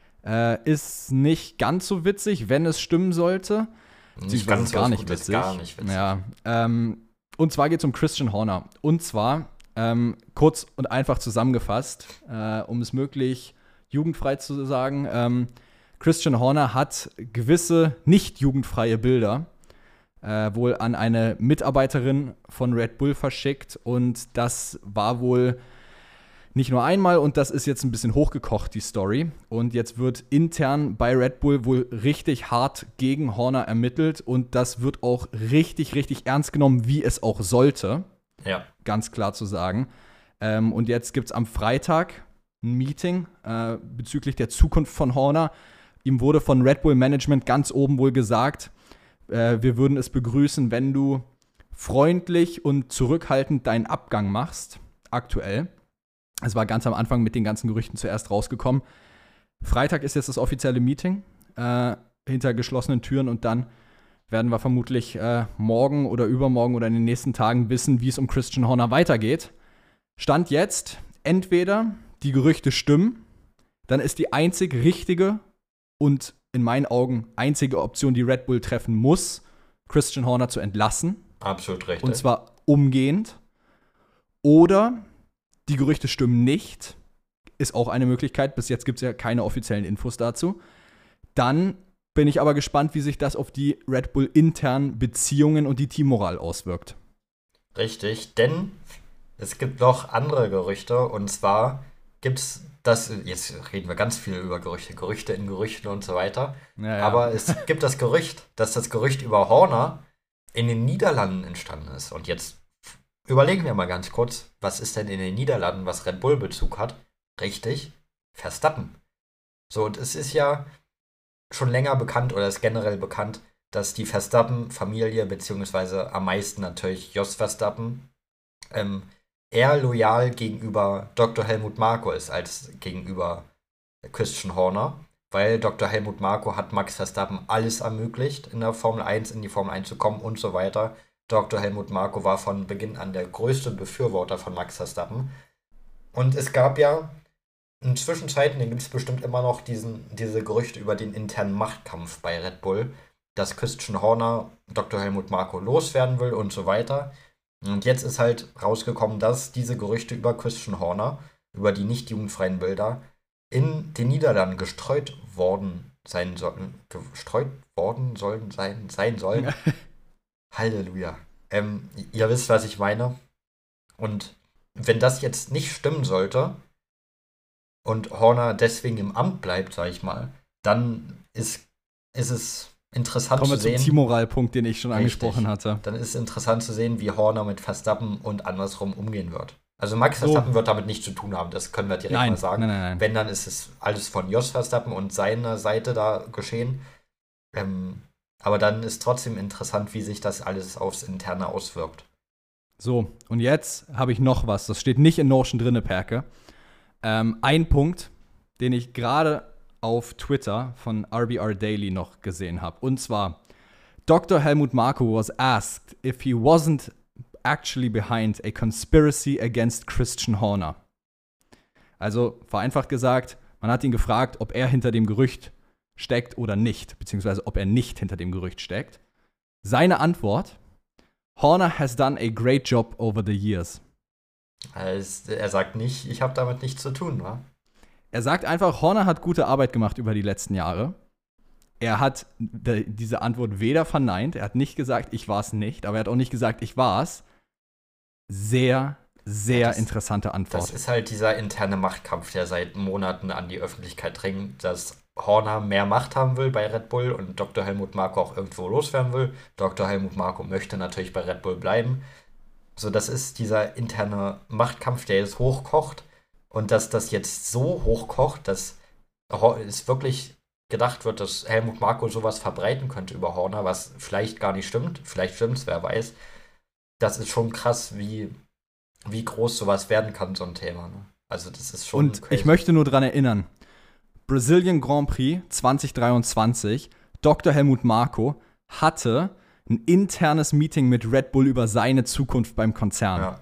äh, ist nicht ganz so witzig, wenn es stimmen sollte. Nicht Beziehungsweise ganz gar was nicht Gutes, witzig. gar nicht witzig. Ja, ähm, und zwar geht es um Christian Horner. Und zwar, ähm, kurz und einfach zusammengefasst, äh, um es möglich jugendfrei zu sagen, ähm, Christian Horner hat gewisse nicht jugendfreie Bilder äh, wohl an eine Mitarbeiterin von Red Bull verschickt. Und das war wohl nicht nur einmal, und das ist jetzt ein bisschen hochgekocht, die Story. Und jetzt wird intern bei Red Bull wohl richtig hart gegen Horner ermittelt. Und das wird auch richtig, richtig ernst genommen, wie es auch sollte. Ja. Ganz klar zu sagen. Ähm, und jetzt gibt es am Freitag ein Meeting äh, bezüglich der Zukunft von Horner. Ihm wurde von Red Bull Management ganz oben wohl gesagt, äh, wir würden es begrüßen, wenn du freundlich und zurückhaltend deinen Abgang machst, aktuell. Es war ganz am Anfang mit den ganzen Gerüchten zuerst rausgekommen. Freitag ist jetzt das offizielle Meeting äh, hinter geschlossenen Türen, und dann werden wir vermutlich äh, morgen oder übermorgen oder in den nächsten Tagen wissen, wie es um Christian Horner weitergeht. Stand jetzt, entweder die Gerüchte stimmen, dann ist die einzig richtige und in meinen Augen einzige Option, die Red Bull treffen muss, Christian Horner zu entlassen. Absolut richtig. Und zwar umgehend. Oder die Gerüchte stimmen nicht. Ist auch eine Möglichkeit. Bis jetzt gibt es ja keine offiziellen Infos dazu. Dann bin ich aber gespannt, wie sich das auf die Red Bull internen Beziehungen und die Teammoral auswirkt. Richtig, denn es gibt noch andere Gerüchte, und zwar gibt es das, jetzt reden wir ganz viel über Gerüchte, Gerüchte in Gerüchten und so weiter, Ja, ja. aber es gibt das Gerücht, dass das Gerücht über Horner in den Niederlanden entstanden ist. Und jetzt überlegen wir mal ganz kurz, was ist denn in den Niederlanden, was Red Bull Bezug hat? Richtig, Verstappen. So, und es ist ja schon länger bekannt oder ist generell bekannt, dass die Verstappen-Familie, beziehungsweise am meisten natürlich Jos Verstappen, ähm, eher loyal gegenüber Doktor Helmut Marko ist als gegenüber Christian Horner, weil Doktor Helmut Marko hat Max Verstappen alles ermöglicht, in der Formel eins, in die Formel eins zu kommen und so weiter. Doktor Helmut Marko war von Beginn an der größte Befürworter von Max Verstappen. Und es gab ja in Zwischenzeiten gibt es bestimmt immer noch diesen, diese Gerüchte über den internen Machtkampf bei Red Bull, dass Christian Horner Doktor Helmut Marko loswerden will und so weiter. Und jetzt ist halt rausgekommen, dass diese Gerüchte über Christian Horner, über die nicht jugendfreien Bilder, in den Niederlanden gestreut worden sein sollen, gestreut worden sollen sein, sein sollen. Halleluja. Ähm, ihr wisst, was ich meine. Und wenn das jetzt nicht stimmen sollte und Horner deswegen im Amt bleibt, sag ich mal, dann ist, ist es interessant Kommen wir zu sehen. zum Teammoralpunkt, den ich schon Richtig. angesprochen hatte. Dann ist es interessant zu sehen, wie Horner mit Verstappen und andersrum umgehen wird. Also Max So. Verstappen wird damit nichts zu tun haben, das können wir direkt Nein, mal sagen. nein, nein, nein. Wenn, dann ist es alles von Jos Verstappen und seiner Seite da geschehen. Ähm, aber dann ist trotzdem interessant, wie sich das alles aufs Interne auswirkt. So, und jetzt habe ich noch was. Das steht nicht in Notion drinne, Perke. Ähm, ein Punkt, den ich gerade auf Twitter von R B R Daily noch gesehen habe. Und zwar, Doktor Helmut Marko was asked if he wasn't actually behind a conspiracy against Christian Horner. Also, vereinfacht gesagt, man hat ihn gefragt, ob er hinter dem Gerücht steckt oder nicht, beziehungsweise ob er nicht hinter dem Gerücht steckt. Seine Antwort: Horner has done a great job over the years. Also, er sagt nicht, ich habe damit nichts zu tun, wa? Er sagt einfach, Horner hat gute Arbeit gemacht über die letzten Jahre. Er hat de- diese Antwort weder verneint, er hat nicht gesagt, ich war es nicht, aber er hat auch nicht gesagt, ich war es. Sehr, sehr Ja, das- interessante Antwort. Das ist halt dieser interne Machtkampf, der seit Monaten an die Öffentlichkeit dringt, dass Horner mehr Macht haben will bei Red Bull und Doktor Helmut Marko auch irgendwo loswerden will. Doktor Helmut Marko möchte natürlich bei Red Bull bleiben. So, das ist dieser interne Machtkampf, der jetzt hochkocht. Und dass das jetzt so hochkocht, dass Hor- es wirklich gedacht wird, dass Helmut Marko sowas verbreiten könnte über Horner, was vielleicht gar nicht stimmt. Vielleicht stimmt es, wer weiß. Das ist schon krass, wie, wie groß sowas werden kann, so ein Thema. Ne? Also das ist schon Und crazy. ich möchte nur daran erinnern, Brazilian Grand Prix zwanzig dreiundzwanzig, Doktor Helmut Marko hatte ein internes Meeting mit Red Bull über seine Zukunft beim Konzern. Ja.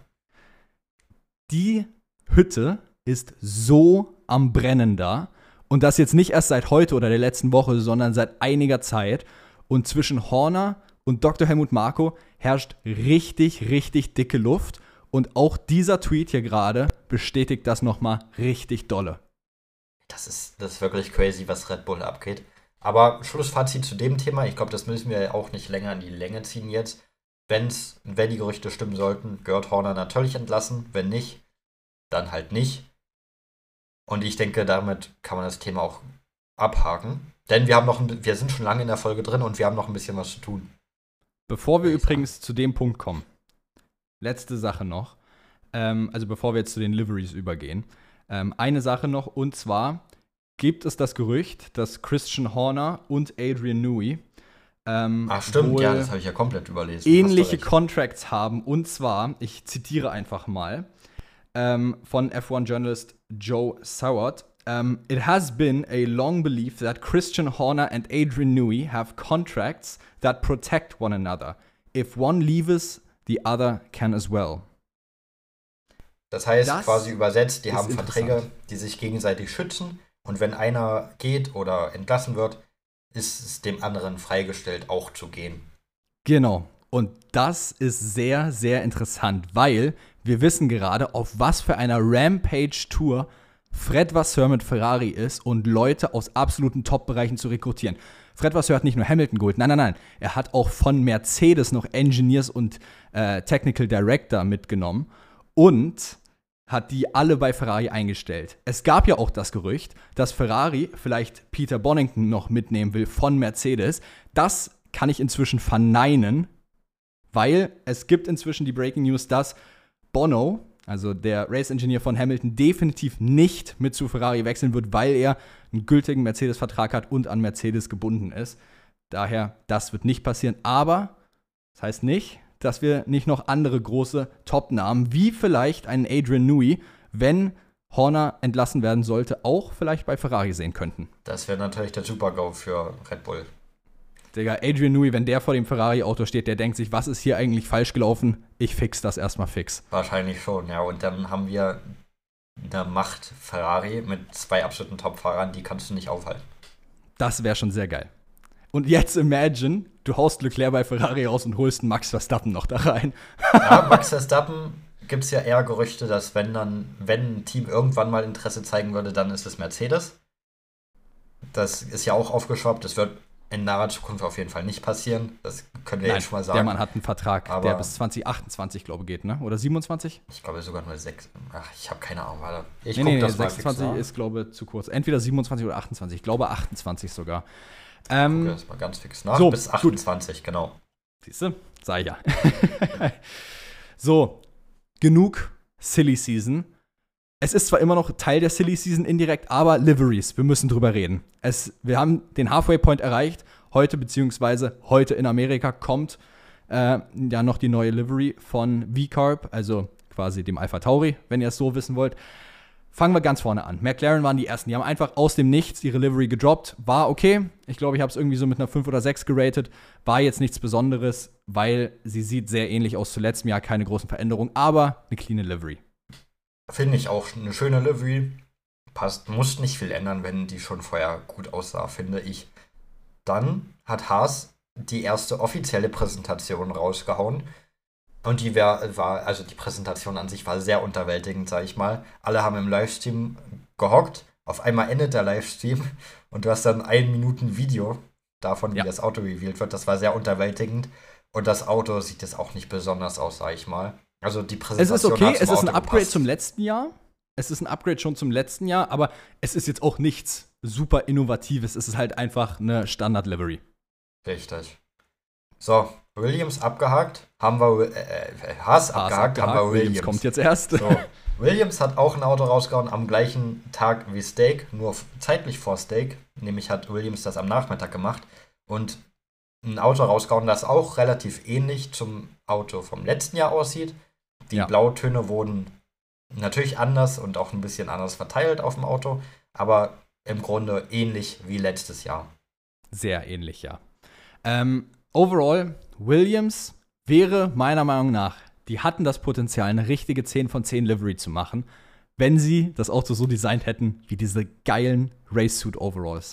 Die Hütte ist so am Brennen da. Und das jetzt nicht erst seit heute oder der letzten Woche, sondern seit einiger Zeit. Und zwischen Horner und Doktor Helmut Marko herrscht richtig, richtig dicke Luft. Und auch dieser Tweet hier gerade bestätigt das nochmal richtig dolle. Das ist, das ist wirklich crazy, was Red Bull abgeht. Aber Schlussfazit zu dem Thema, ich glaube, das müssen wir auch nicht länger in die Länge ziehen jetzt. Wenn's, wenn die Gerüchte stimmen sollten, gehört Horner natürlich entlassen. Wenn nicht, dann halt nicht. Und ich denke, damit kann man das Thema auch abhaken. Denn wir haben noch ein, wir sind schon lange in der Folge drin und wir haben noch ein bisschen was zu tun. Bevor wir Würde ich übrigens zu dem Punkt kommen, letzte Sache noch, ähm, also bevor wir jetzt zu den Liveries übergehen, ähm, eine Sache noch, und zwar gibt es das Gerücht, dass Christian Horner und Adrian Newey ähm, Ach stimmt, wohl ja, das habe ich ja komplett überlesen. ähnliche Hast du recht. Contracts haben. Und zwar, ich zitiere einfach mal ähm, von F eins Journalist Joe Soward. Um, it has been a long belief that Christian Horner and Adrian Newey have contracts that protect one another. If one leaves, the other can as well. Das heißt, Das quasi übersetzt, die ist haben Verträge, interessant. die sich gegenseitig schützen. Und wenn einer geht oder entlassen wird, ist es dem anderen freigestellt, auch zu gehen. Genau. Und das ist sehr, sehr interessant, weil wir wissen gerade, auf was für einer Rampage-Tour Fred Vasseur mit Ferrari ist und Leute aus absoluten Top-Bereichen zu rekrutieren. Fred Vasseur hat nicht nur Hamilton geholt, nein, nein, nein. Er hat auch von Mercedes noch Engineers und äh, Technical Director mitgenommen und hat die alle bei Ferrari eingestellt. Es gab ja auch das Gerücht, dass Ferrari vielleicht Peter Bonington noch mitnehmen will von Mercedes. Das kann ich inzwischen verneinen, weil es gibt inzwischen die Breaking News, dass Bono, also der Race-Engineer von Hamilton, definitiv nicht mit zu Ferrari wechseln wird, weil er einen gültigen Mercedes-Vertrag hat und an Mercedes gebunden ist. Daher, das wird nicht passieren. Aber das heißt nicht, dass wir nicht noch andere große Top-Namen, wie vielleicht einen Adrian Newey, wenn Horner entlassen werden sollte, auch vielleicht bei Ferrari sehen könnten. Das wäre natürlich der Super-GO für Red Bull. Digga, Adrian Newey, wenn der vor dem Ferrari-Auto steht, der denkt sich, was ist hier eigentlich falsch gelaufen? Ich fix das erstmal fix. Wahrscheinlich schon, ja. Und dann haben wir eine Macht Ferrari mit zwei absoluten Top-Fahrern, die kannst du nicht aufhalten. Das wäre schon sehr geil. Und jetzt imagine, du haust Leclerc bei Ferrari raus und holst einen Max Verstappen noch da rein. Ja, Max Verstappen gibt es ja eher Gerüchte, dass wenn dann, wenn ein Team irgendwann mal Interesse zeigen würde, dann ist es Mercedes. Das ist ja auch aufgeschwappt. Das wird in naher Zukunft auf jeden Fall nicht passieren. Das können wir Nein, jetzt schon mal sagen. Der Mann hat einen Vertrag, Aber der bis zwanzig achtundzwanzig, glaube ich, geht, ne? Oder siebenundzwanzig? Ich glaube sogar nur sechs. Ach, ich habe keine Ahnung. Warte. Ich nee, guck nee, nee, das mal sechsundzwanzig fix nach. ist, glaube ich, zu kurz. Entweder siebenundzwanzig oder achtundzwanzig. Ich glaube achtundzwanzig sogar. Ich Ähm, gucke das mal ganz fix nach. so, bis achtundzwanzig, gut. Genau. Siehst du? Sei ja. So, genug Silly Season. Es ist zwar immer noch Teil der Silly Season indirekt, aber Liveries, wir müssen drüber reden. Es, wir haben den Halfway Point erreicht. Heute, beziehungsweise heute in Amerika, kommt äh, ja noch die neue Livery von V-Carb, also quasi dem Alpha Tauri, wenn ihr es so wissen wollt. Fangen wir ganz vorne an. McLaren waren die Ersten. Die haben einfach aus dem Nichts ihre Livery gedroppt. War okay. Ich glaube, ich habe es irgendwie so mit einer fünf oder sechs geratet. War jetzt nichts Besonderes, weil sie sieht sehr ähnlich aus zu letztem Jahr. Keine großen Veränderungen, aber eine cleane Livery. Finde ich auch eine schöne Livery. Passt, muss nicht viel ändern, wenn die schon vorher gut aussah, finde ich. Dann hat Haas die erste offizielle Präsentation rausgehauen. Und die wär, war, also die Präsentation an sich war sehr unterwältigend, sag ich mal. Alle haben im Livestream gehockt. Auf einmal endet der Livestream und du hast dann ein Minuten Video davon, wie Ja. das Auto revealed wird. Das war sehr unterwältigend. Und das Auto sieht jetzt auch nicht besonders aus, sag ich mal. Also die Es Präsentation ist okay, hat zum es ist ein Auto Upgrade gepasst. zum letzten Jahr. Es ist ein Upgrade schon zum letzten Jahr, aber es ist jetzt auch nichts super Innovatives. Es ist halt einfach eine Standard-Livery. Richtig. So, Williams abgehakt, haben wir äh, Haas, Haas abgehakt, haben wir Williams. kommt jetzt erst. So, Williams hat auch ein Auto rausgehauen am gleichen Tag wie Steak, nur f- zeitlich vor Steak. Nämlich hat Williams das am Nachmittag gemacht und ein Auto rausgehauen, das auch relativ ähnlich zum Auto vom letzten Jahr aussieht. Die Ja. Blautöne wurden natürlich anders und auch ein bisschen anders verteilt auf dem Auto, aber im Grunde ähnlich wie letztes Jahr. Sehr ähnlich, ja. Ähm, overall, Williams wäre meiner Meinung nach, die hatten das Potenzial, eine richtige zehn von zehn Livery zu machen, wenn sie das Auto so designt hätten, wie diese geilen Race-Suit-Overalls.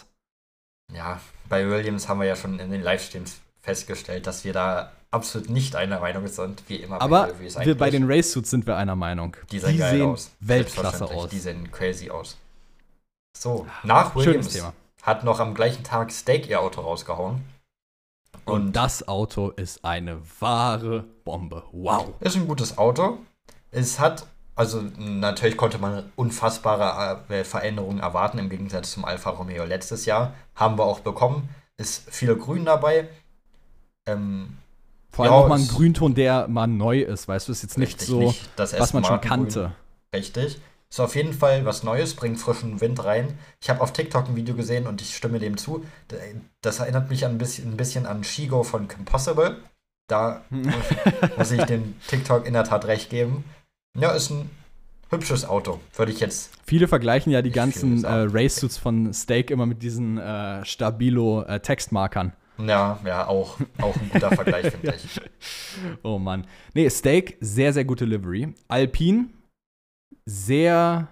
Ja, bei Williams haben wir ja schon in den Livestreams festgestellt, dass wir da absolut nicht einer Meinung sind, wie immer Aber bei Liveries wir, bei den Race-Suits sind wir einer Meinung. Die sehen geil aus. Weltklasse Selbstverständlich, aus. Die sehen crazy aus. So, nach Schönes Williams Thema. hat noch am gleichen Tag Steak ihr Auto rausgehauen. Und, Und das Auto ist eine wahre Bombe. Wow. ist ein gutes Auto. Es hat, also natürlich konnte man unfassbare äh, Veränderungen erwarten, im Gegensatz zum Alfa Romeo letztes Jahr. Haben wir auch bekommen. Ist viel Grün dabei. Ähm, Vor allem ja, auch mal ein es- Grünton, der mal neu ist. Weißt du, ist jetzt nicht Richtig, so, nicht das was man schon Aston Martin kannte. Richtig. Ist auf jeden Fall was Neues, bringt frischen Wind rein. Ich habe auf TikTok ein Video gesehen und ich stimme dem zu. Das erinnert mich an ein bisschen, ein bisschen an Shigo von Kim Possible. Da muss ich dem TikTok in der Tat recht geben. Ja, ist ein hübsches Auto, würde ich jetzt. Viele vergleichen ja die Ich ganzen fühle äh, es auch. Race-Suits von Steak immer mit diesen äh, Stabilo-Textmarkern. Ja, ja, auch, auch ein guter Vergleich, finde ich. Oh Mann. Nee, Steak, sehr, sehr gute Livery. Alpine, sehr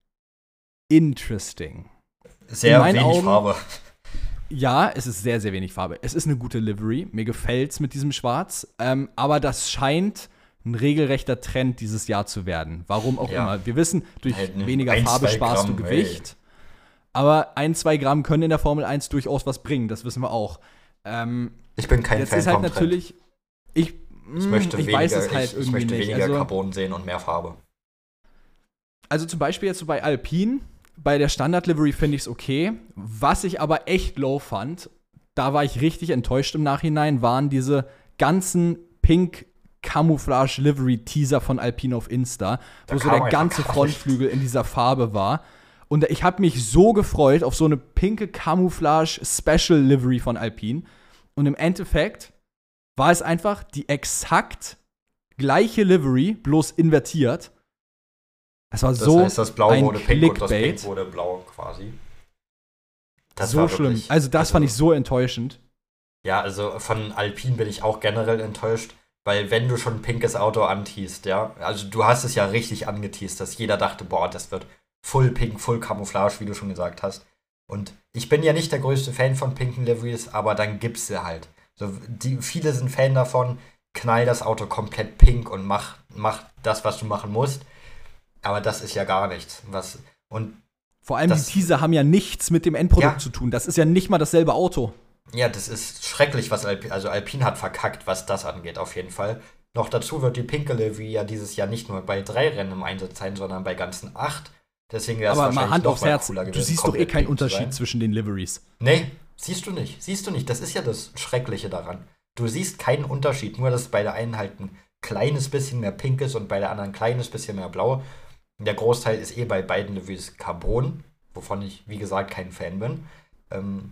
interesting. Sehr meinen wenig Augen- Farbe. Ja, es ist sehr, sehr wenig Farbe. Es ist eine gute Livery. Mir gefällt's mit diesem Schwarz. Ähm, aber das scheint ein regelrechter Trend dieses Jahr zu werden. Warum auch Ja. immer. Wir wissen, durch Halt ne- weniger ein, Farbe zwei sparst du Gramm, Gewicht. Aber ein, zwei Gramm können in der Formel eins durchaus was bringen. Das wissen wir auch. Ähm, Ich bin kein jetzt Fan ist halt vom Trend. natürlich. Ich, Ich mm, möchte ich weniger, weiß es halt ich, ich irgendwie möchte nicht. weniger Also, Carbon sehen und mehr Farbe. Also zum Beispiel jetzt so bei Alpine, bei der Standard-Livery finde ich es okay. Was ich aber echt low fand, da war ich richtig enttäuscht im Nachhinein, waren diese ganzen Pink-Camouflage-Livery-Teaser von Alpine auf Insta, Da wo so kam der einfach ganze gar Frontflügel in dieser Farbe war. Und ich habe mich so gefreut auf so eine pinke Camouflage-Special-Livery von Alpine. Und im Endeffekt war es einfach die exakt gleiche Livery, bloß invertiert. Es war Das so heißt, das Blau ein wurde pink und das Clickbait. Pink wurde blau quasi. Das so war schlimm. wirklich- Also das fand ich so enttäuschend. Ja, also von Alpine bin ich auch generell enttäuscht. Weil wenn du schon ein pinkes Auto anteast, ja, also du hast es ja richtig angeteast, dass jeder dachte, boah, das wird full pink, full Camouflage, wie du schon gesagt hast. Und ich bin ja nicht der größte Fan von pinken Liveries, aber dann gibt's sie halt. So, die, viele sind Fan davon, knall das Auto komplett pink und mach, mach das, was du machen musst. Aber das ist ja gar nichts. Was, und Vor allem das, die Teaser haben ja nichts mit dem Endprodukt ja. zu tun. Das ist ja nicht mal dasselbe Auto. Ja, das ist schrecklich, was Alpine, also Alpine hat verkackt, was das angeht, auf jeden Fall. Noch dazu wird die pinke Livery ja dieses Jahr nicht nur bei drei Rennen im Einsatz sein, sondern bei ganzen acht. Deswegen wäre es Aber wahrscheinlich mal Hand noch aufs mal Herz, cooler du gewesen, siehst doch eh komplett keinen pink zu Unterschied sein. zwischen den Liveries. Nee, siehst du nicht. Siehst du nicht. Das ist ja das Schreckliche daran. Du siehst keinen Unterschied, nur dass bei der einen halt ein kleines bisschen mehr pink ist und bei der anderen ein kleines bisschen mehr blau. Der Großteil ist eh bei beiden Liveries Carbon, wovon ich, wie gesagt, kein Fan bin. Ähm,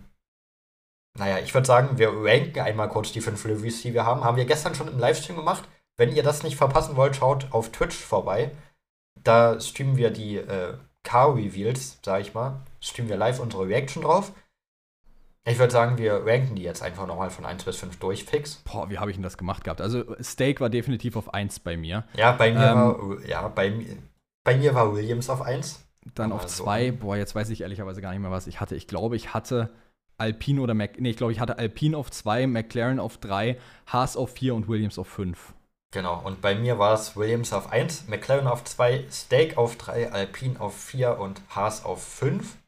naja, ich würde sagen, wir ranken einmal kurz die fünf Liveries, die wir haben. Haben wir gestern schon im Livestream gemacht. Wenn ihr das nicht verpassen wollt, schaut auf Twitch vorbei. Da streamen wir die äh, Car-Reveals, sag ich mal. Streamen wir live unsere Reaction drauf. Ich würde sagen, wir ranken die jetzt einfach nochmal von eins bis fünf durch, fix. Boah, wie habe ich denn das gemacht gehabt? Also, Steak war definitiv auf eins bei mir. Ja, bei mir, Ähm, war, ja, bei, mi- bei mir war Williams auf eins. Dann Aber auf so. zwei, boah, jetzt weiß ich ehrlicherweise gar nicht mehr, was ich hatte. Ich glaube, ich hatte Alpine oder Mac, nee, ich glaube, ich hatte Alpine auf zwei, McLaren auf drei, Haas auf vier und Williams auf fünf. Genau, und bei mir war es Williams auf eins, McLaren auf zwei, Steak auf drei, Alpine auf vier und Haas auf fünf.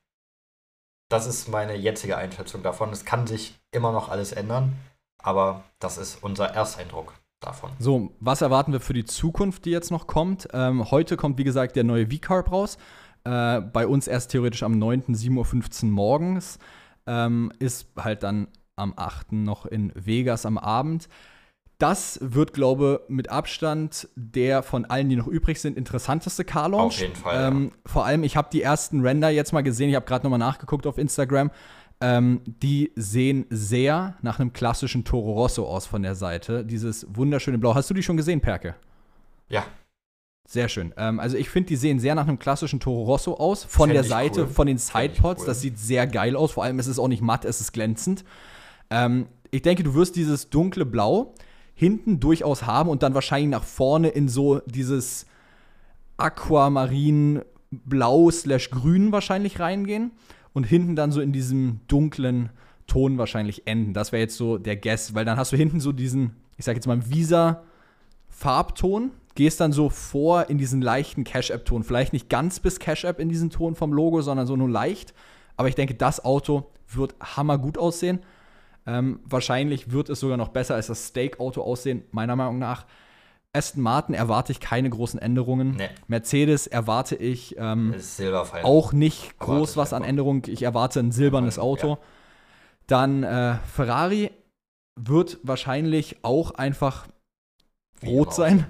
Das ist meine jetzige Einschätzung davon. Es kann sich immer noch alles ändern, aber das ist unser Ersteindruck davon. So, was erwarten wir für die Zukunft, die jetzt noch kommt? Ähm, heute kommt, wie gesagt, der neue V-Carb raus. Äh, bei uns erst theoretisch am neunten sieben Uhr fünfzehn morgens. Ähm, ist halt dann am achten noch in Vegas am Abend. Das wird, glaube ich, mit Abstand der von allen, die noch übrig sind, interessanteste Car-Launch. Auf jeden Fall, Ähm, ja. Vor allem, ich habe die ersten Render jetzt mal gesehen. Ich habe gerade noch mal nachgeguckt auf Instagram. Ähm, die sehen sehr nach einem klassischen Toro Rosso aus von der Seite. Dieses wunderschöne Blau. Hast du die schon gesehen, Perke? Ja, Sehr schön. Ähm, also ich finde, die sehen sehr nach einem klassischen Toro Rosso aus. Von Fänd der ich Seite, cool. von den Fänd ich Sidepods. cool. Das sieht sehr geil aus. Vor allem ist es auch nicht matt, es ist glänzend. Ähm, ich denke, du wirst dieses dunkle Blau hinten durchaus haben und dann wahrscheinlich nach vorne in so dieses Aquamarin Blau slash Grün wahrscheinlich reingehen und hinten dann so in diesem dunklen Ton wahrscheinlich enden. Das wäre jetzt so der Guess, weil dann hast du hinten so diesen, ich sag jetzt mal, Visa Farbton, gehst dann so vor in diesen leichten Cash-App-Ton. Vielleicht nicht ganz bis Cash-App in diesen Ton vom Logo, sondern so nur leicht. Aber ich denke, das Auto wird hammergut aussehen. Ähm, wahrscheinlich wird es sogar noch besser als das Steak-Auto aussehen, meiner Meinung nach. Aston Martin erwarte ich keine großen Änderungen. Nee. Mercedes erwarte ich ähm, das ist Silberpfeil. auch nicht Erwarte groß ich was an einfach. Änderungen. Ich erwarte ein silbernes Ja. Auto. Dann äh, Ferrari wird wahrscheinlich auch einfach Wie rot immer sein.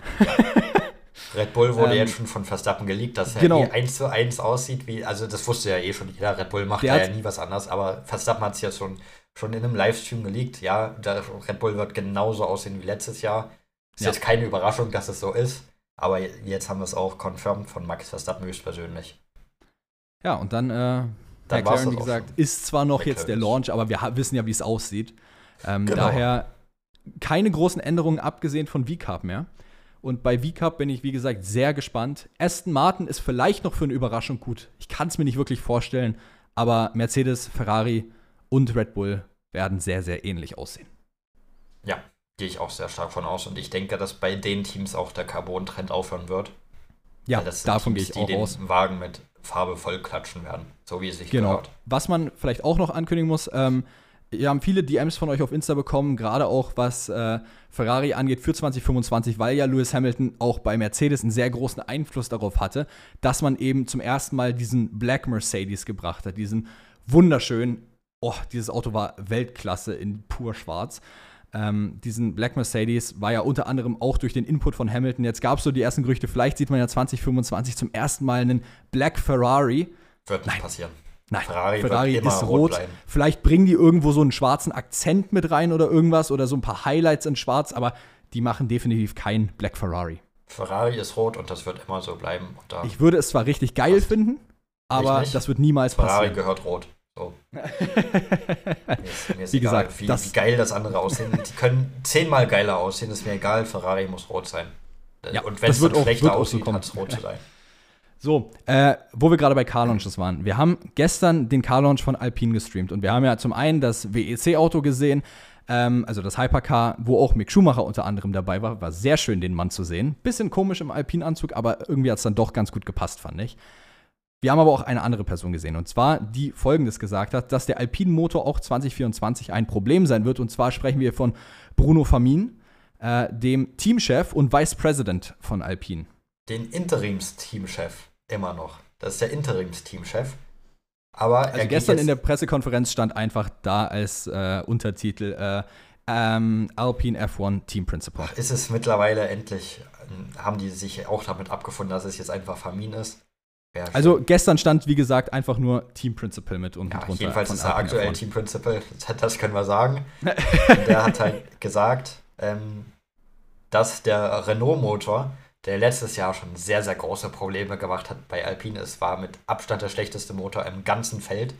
Red Bull wurde Ähm, jetzt schon von Verstappen geleakt, dass er genau. eh eins zu eins aussieht, wie, also das wusste ja eh schon jeder, Red Bull macht Der da hat- ja nie was anderes, aber Verstappen hat es ja schon, schon in einem Livestream geleakt, ja, der Red Bull wird genauso aussehen wie letztes Jahr. Ist Ja. jetzt keine Überraschung, dass es so ist, aber jetzt haben wir es auch confirmed von Max Verstappen höchstpersönlich. Ja, und dann, äh, Dann war's McLaren, das wie auch gesagt, schon. ist zwar noch McLaren jetzt der ist- Launch, aber wir ha- wissen ja, wie es aussieht. Ähm, Genau. Daher keine großen Änderungen, abgesehen von V-Carb mehr. Und bei V-Carb bin ich, wie gesagt, sehr gespannt. Aston Martin ist vielleicht noch für eine Überraschung gut. Ich kann es mir nicht wirklich vorstellen, aber Mercedes, Ferrari und Red Bull werden sehr, sehr ähnlich aussehen. Ja, gehe ich auch sehr stark von aus und ich denke, dass bei den Teams auch der Carbon-Trend aufhören wird. Ja, Weil das sind davon gehe Teams, ich auch die aus. den Wagen mit Farbe vollklatschen werden, so wie es sich Genau. gehört. Was man vielleicht auch noch ankündigen muss, ähm, wir haben viele D Ms von euch auf Insta bekommen, gerade auch was äh, Ferrari angeht für zwanzig fünfundzwanzig, weil ja Lewis Hamilton auch bei Mercedes einen sehr großen Einfluss darauf hatte, dass man eben zum ersten Mal diesen Black Mercedes gebracht hat, diesen wunderschönen, oh, dieses Auto war Weltklasse in pur schwarz. Ähm, diesen Black Mercedes war ja unter anderem auch durch den Input von Hamilton. Jetzt gab es so die ersten Gerüchte, vielleicht sieht man ja zwanzig fünfundzwanzig zum ersten Mal einen Black Ferrari. Wird nicht Nein. passieren. Nein, Ferrari Ferrari, wird immer ist rot rot. bleiben. Vielleicht bringen die irgendwo so einen schwarzen Akzent mit rein oder irgendwas oder so ein paar Highlights in schwarz, aber die machen definitiv kein Black Ferrari. Ferrari ist rot und das wird immer so bleiben. Und da Ich würde es zwar richtig geil Passt. finden, aber nicht. das wird niemals Ferrari passieren. gehört rot. So. Mir ist, mir ist Wie egal, gesagt, wie, das- wie geil das andere aussehen. Die können zehnmal geiler aussehen, ist mir egal, Ferrari muss rot sein. Ja, Und wenn das es wird dann auch- schlechter wird auch so aussieht, kommen. hat es rot zu sein. So, äh, wo wir gerade bei Car-Launches waren. Wir haben gestern den Car-Launch von Alpine gestreamt und wir haben ja zum einen das W E C-Auto gesehen, ähm, also das Hypercar, wo auch Mick Schumacher unter anderem dabei war. War sehr schön, den Mann zu sehen. Bisschen komisch im Alpine-Anzug, aber irgendwie hat es dann doch ganz gut gepasst, fand ich. Wir haben aber auch eine andere Person gesehen, und zwar die Folgendes gesagt hat, dass der Alpine-Motor auch zwanzig vierundzwanzig ein Problem sein wird. Und zwar sprechen wir von Bruno Famin, äh, dem Teamchef und Vice President von Alpine. Den Interimsteamchef immer noch. Das ist der Interimsteamchef. Aber Also er geht gestern jetzt, in der Pressekonferenz stand einfach da als äh, Untertitel äh, ähm, Alpine F eins Team Principal. ist es mittlerweile endlich, ähm, haben die sich auch damit abgefunden, dass es jetzt einfach Famin ist. Ja, Also gestern stand, wie gesagt, einfach nur Team Principal mit unten ja, drunter. jedenfalls von ist er Alpine aktuell F eins. Team Principal, das, das können wir sagen. Und der hat halt gesagt, ähm, dass der Renault-Motor, der letztes Jahr schon sehr, sehr große Probleme gemacht hat bei Alpine, es war mit Abstand der schlechteste Motor im ganzen Feld.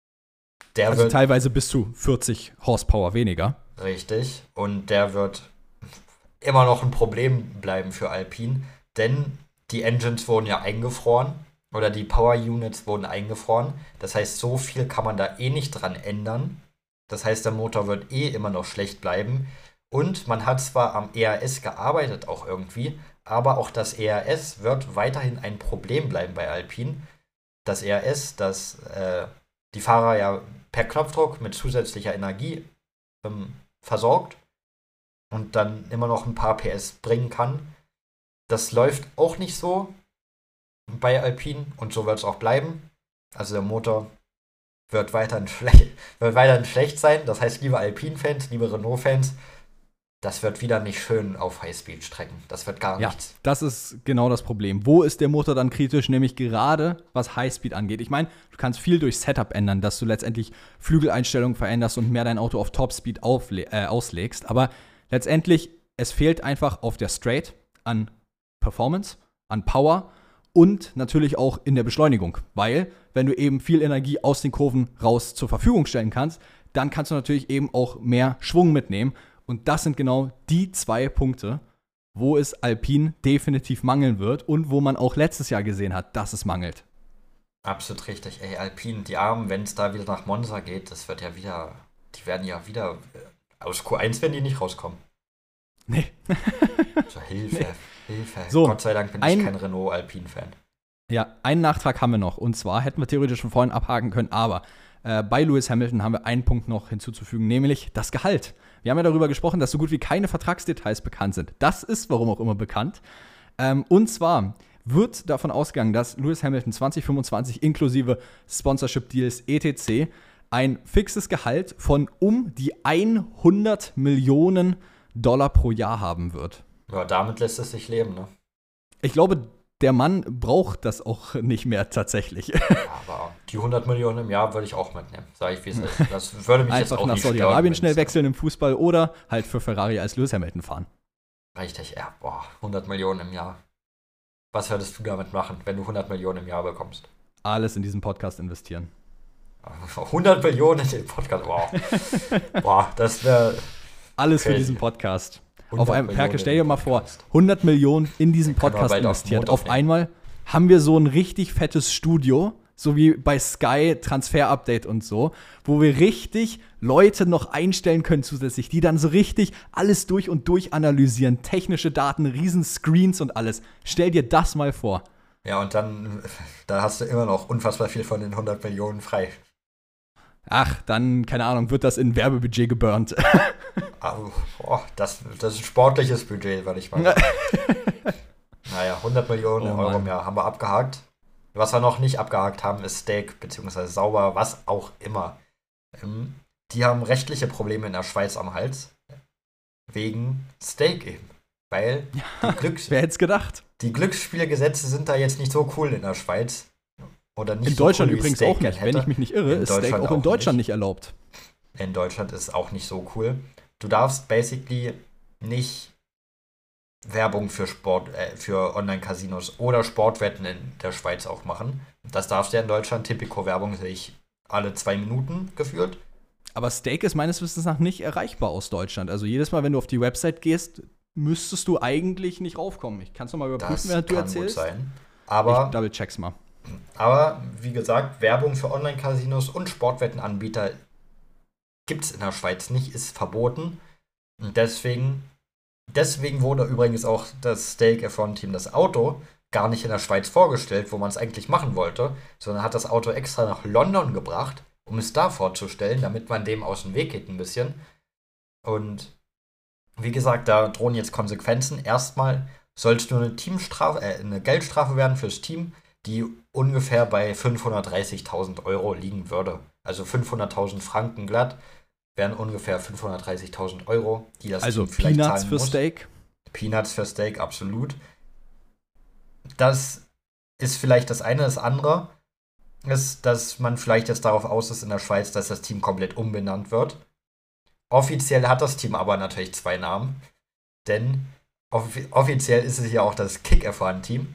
Der Also wird teilweise bis zu vierzig Horsepower weniger. richtig und der wird immer noch ein Problem bleiben für Alpine, denn die Engines wurden ja eingefroren oder die Power Units wurden eingefroren. Das heißt, so viel kann man da eh nicht dran ändern. Das heißt, der Motor wird eh immer noch schlecht bleiben. Und man hat zwar am E A S gearbeitet auch irgendwie, aber auch das E A S wird weiterhin ein Problem bleiben bei Alpine. Das E A S, das äh, die Fahrer ja per Knopfdruck mit zusätzlicher Energie ähm, versorgt und dann immer noch ein paar P S bringen kann. Das läuft auch nicht so bei Alpine und so wird es auch bleiben. Also der Motor wird weiterhin, schle- wird weiterhin schlecht sein. Das heißt, liebe Alpine-Fans, liebe Renault-Fans, das wird wieder nicht schön auf Highspeed-Strecken. Das wird gar Ja, nichts. das ist genau das Problem. Wo ist der Motor dann kritisch? Nämlich gerade, was Highspeed angeht. Ich meine, du kannst viel durch Setup ändern, dass du letztendlich Flügeleinstellungen veränderst und mehr dein Auto auf Topspeed aufle- äh, auslegst. Aber letztendlich, es fehlt einfach auf der Straight an Performance, an Power und natürlich auch in der Beschleunigung. Weil, wenn du eben viel Energie aus den Kurven raus zur Verfügung stellen kannst, dann kannst du natürlich eben auch mehr Schwung mitnehmen. Und das sind genau die zwei Punkte, wo es Alpine definitiv mangeln wird und wo man auch letztes Jahr gesehen hat, dass es mangelt. Absolut richtig. Ey, Alpine, die Armen, wenn es da wieder nach Monza geht, das wird ja wieder, die werden ja wieder, äh, aus Q eins werden die nicht rauskommen. Nee. So, Hilfe, Hilfe. So, Gott sei Dank bin ein- ich kein Renault-Alpine-Fan. Ja, einen Nachtrag haben wir noch. Und zwar hätten wir theoretisch schon vorhin abhaken können, aber äh, bei Lewis Hamilton haben wir einen Punkt noch hinzuzufügen, nämlich das Gehalt. Wir haben ja darüber gesprochen, dass so gut wie keine Vertragsdetails bekannt sind. Das ist, warum auch immer, bekannt. Ähm, und zwar wird davon ausgegangen, dass Lewis Hamilton zwanzig fünfundzwanzig inklusive Sponsorship-Deals et cetera ein fixes Gehalt von um die hundert Millionen Dollar pro Jahr haben wird. Ja, damit lässt es sich leben, ne? Ich glaube, der Mann braucht das auch nicht mehr tatsächlich. Ja, aber die hundert Millionen im Jahr würde ich auch mitnehmen, sage ich, wie es ist. Das würde mich jetzt Einfach auch nach nicht Saudi-Arabien stören, schnell wenn's- wechseln im Fußball oder halt für Ferrari als Lewis Hamilton fahren. Richtig, ja, boah, hundert Millionen im Jahr. Was würdest du damit machen, wenn du hundert Millionen im Jahr bekommst? Alles in diesen Podcast investieren. hundert Millionen in den Podcast, wow. Boah, das wäre Alles für Crazy. diesen Podcast. hundert Auf einem, Millionen Perke, stell dir in den mal vor, Podcast. hundert Millionen in diesen Können wir Podcast beide auf den investiert. Mond Auf aufnehmen. einmal haben wir so ein richtig fettes Studio, so wie bei Sky Transfer-Update und so, wo wir richtig Leute noch einstellen können zusätzlich, die dann so richtig alles durch und durch analysieren. Technische Daten, riesen Screens und alles. Stell dir das mal vor. Ja, und dann, da hast du immer noch unfassbar viel von den hundert Millionen frei. Ach, dann, keine Ahnung, wird das in Werbebudget geburnt. Aber, boah, das, das ist ein sportliches Budget, würde ich mal sagen. Naja, hundert Millionen Oh Euro Mann. im Jahr haben wir abgehakt. Was wir noch nicht abgehakt haben, ist Steak, beziehungsweise Sauber, was auch immer. Ähm, die haben rechtliche Probleme in der Schweiz am Hals. Wegen Steak eben. Weil die, Glücks Wer hätte es gedacht? die Glücksspielgesetze sind da jetzt nicht so cool in der Schweiz. Oder nicht In so Deutschland cool, wie übrigens Steak auch gern nicht. Wenn hätte. ich mich nicht irre, In ist Steak Deutschland auch in auch Deutschland nicht. nicht erlaubt. In Deutschland ist auch nicht so cool. Du darfst basically nicht Werbung für Sport, äh, für Online-Casinos oder Sportwetten in der Schweiz auch machen. Das darfst du ja in Deutschland. Tipico-Werbung sehe ich alle zwei Minuten geführt. Aber Steak ist meines Wissens nach nicht erreichbar aus Deutschland. Also jedes Mal, wenn du auf die Website gehst, müsstest du eigentlich nicht raufkommen. Ich kann es nochmal überprüfen, während du erzählst. Das kann gut sein. Aber, ich double check's mal. Aber, wie gesagt, Werbung für Online-Casinos und Sportwettenanbieter gibt es in der Schweiz nicht, ist verboten. Und deswegen, deswegen wurde übrigens auch das Stake F eins Team, das Auto, gar nicht in der Schweiz vorgestellt, wo man es eigentlich machen wollte, sondern hat das Auto extra nach London gebracht, um es da vorzustellen, damit man dem aus dem Weg geht ein bisschen. Und wie gesagt, da drohen jetzt Konsequenzen. Erstmal soll es nur eine Teamstrafe, äh, eine Geldstrafe werden fürs Team, die ungefähr bei fünfhundertdreißigtausend Euro liegen würde. Also fünfhunderttausend Franken glatt wären ungefähr fünfhundertdreißigtausend Euro, die das also Team vielleicht Peanuts zahlen für muss. Steak? Peanuts für Steak, absolut. Das ist vielleicht das eine. Das andere ist, dass man vielleicht jetzt darauf aus ist in der Schweiz, dass das Team komplett umbenannt wird. Offiziell hat das Team aber natürlich zwei Namen, denn off- offiziell ist es ja auch das Kick F eins Team.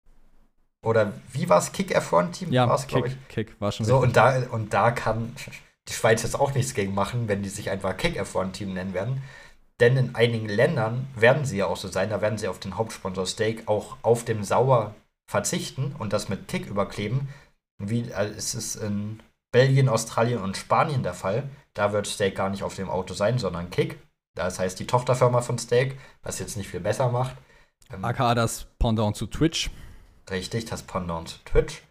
Oder wie war es? Kick F eins Team? Ja, war's, Kick, ich. Kick, war schon So, richtig. und da, und da kann die Schweiz jetzt auch nichts gegen machen, wenn die sich einfach Kick F eins Team nennen werden. Denn in einigen Ländern werden sie ja auch so sein, da werden sie auf den Hauptsponsor Steak auch auf dem Sauer verzichten und das mit Kick überkleben. Wie also es ist in Belgien, Australien und Spanien der Fall. Da wird Steak gar nicht auf dem Auto sein, sondern Kick. Das heißt die Tochterfirma von Steak, was jetzt nicht viel besser macht. Ähm, A K A das Pendant zu Twitch. Richtig, das Pendant zu Twitch.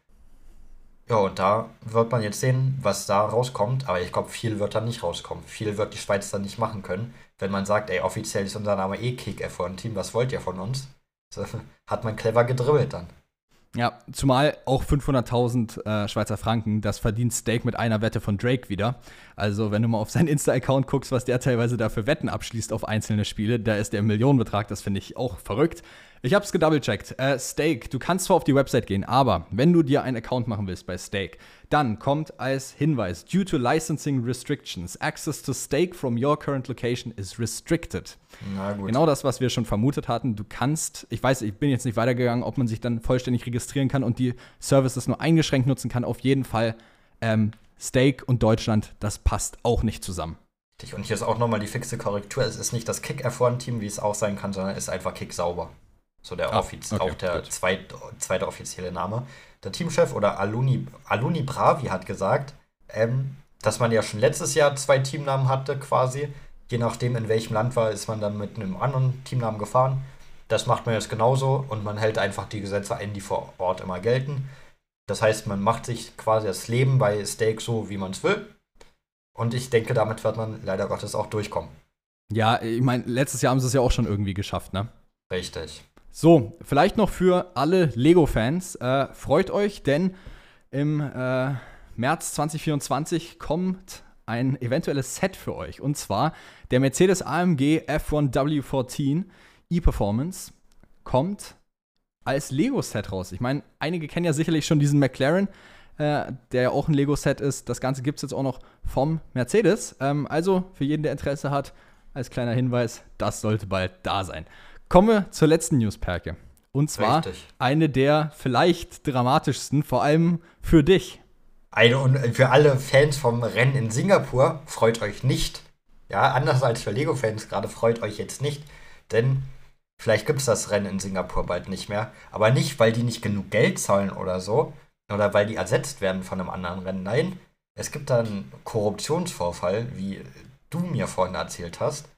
Ja, und da wird man jetzt sehen, was da rauskommt. Aber ich glaube, viel wird da nicht rauskommen. Viel wird die Schweiz dann nicht machen können. Wenn man sagt, ey, offiziell ist unser Name eh Kick F eins Team, was wollt ihr von uns? So, hat man clever gedribbelt dann. Ja, zumal auch fünfhunderttausend äh, Schweizer Franken, das verdient Steak mit einer Wette von Drake wieder. Also, wenn du mal auf seinen Insta-Account guckst, was der teilweise da für Wetten abschließt auf einzelne Spiele, da ist der Millionenbetrag, das finde ich auch verrückt. Ich habe es gedoublecheckt. Äh, Steak, du kannst zwar auf die Website gehen, aber wenn du dir einen Account machen willst bei Steak, dann kommt als Hinweis: Due to licensing restrictions, access to Steak from your current location is restricted. Na gut. Genau das, was wir schon vermutet hatten. Du kannst, ich weiß, ich bin jetzt nicht weitergegangen, ob man sich dann vollständig registrieren kann und die Services nur eingeschränkt nutzen kann. Auf jeden Fall ähm, Steak und Deutschland, das passt auch nicht zusammen. Und hier ist auch nochmal die fixe Korrektur. Es ist nicht das Kick F eins Team, wie es auch sein kann, sondern es ist einfach Kick sauber. So der Ah, offiz- okay, auch der gut. zweit, zweite offizielle Name. Der Teamchef oder Aluni, Aluni Bravi hat gesagt, ähm, dass man ja schon letztes Jahr zwei Teamnamen hatte quasi. Je nachdem, in welchem Land war, ist man dann mit einem anderen Teamnamen gefahren. Das macht man jetzt genauso und man hält einfach die Gesetze ein, die vor Ort immer gelten. Das heißt, man macht sich quasi das Leben bei Steak so, wie man es will. Und ich denke, damit wird man leider Gottes auch durchkommen. Ja, ich meine, letztes Jahr haben sie es ja auch schon irgendwie geschafft, ne? Richtig. So, vielleicht noch für alle Lego-Fans. Äh, freut euch, denn im äh, März zwanzig vierundzwanzig kommt ein eventuelles Set für euch. Und zwar der Mercedes A M G F eins W vierzehn E-Performance kommt als Lego-Set raus. Ich meine, einige kennen ja sicherlich schon diesen McLaren, äh, der ja auch ein Lego-Set ist. Das Ganze gibt es jetzt auch noch vom Mercedes. Ähm, also für jeden, der Interesse hat, als kleiner Hinweis, das sollte bald da sein. Kommen wir zur letzten News-Perke. Und zwar Richtig. eine der vielleicht dramatischsten, vor allem für dich. Eine, und für alle Fans vom Rennen in Singapur, freut euch nicht. Ja, anders als für Lego-Fans gerade, freut euch jetzt nicht. Denn vielleicht gibt es das Rennen in Singapur bald nicht mehr. Aber nicht, weil die nicht genug Geld zahlen oder so. Oder weil die ersetzt werden von einem anderen Rennen. Nein, es gibt da einen Korruptionsvorfall, wie du mir vorhin erzählt hast.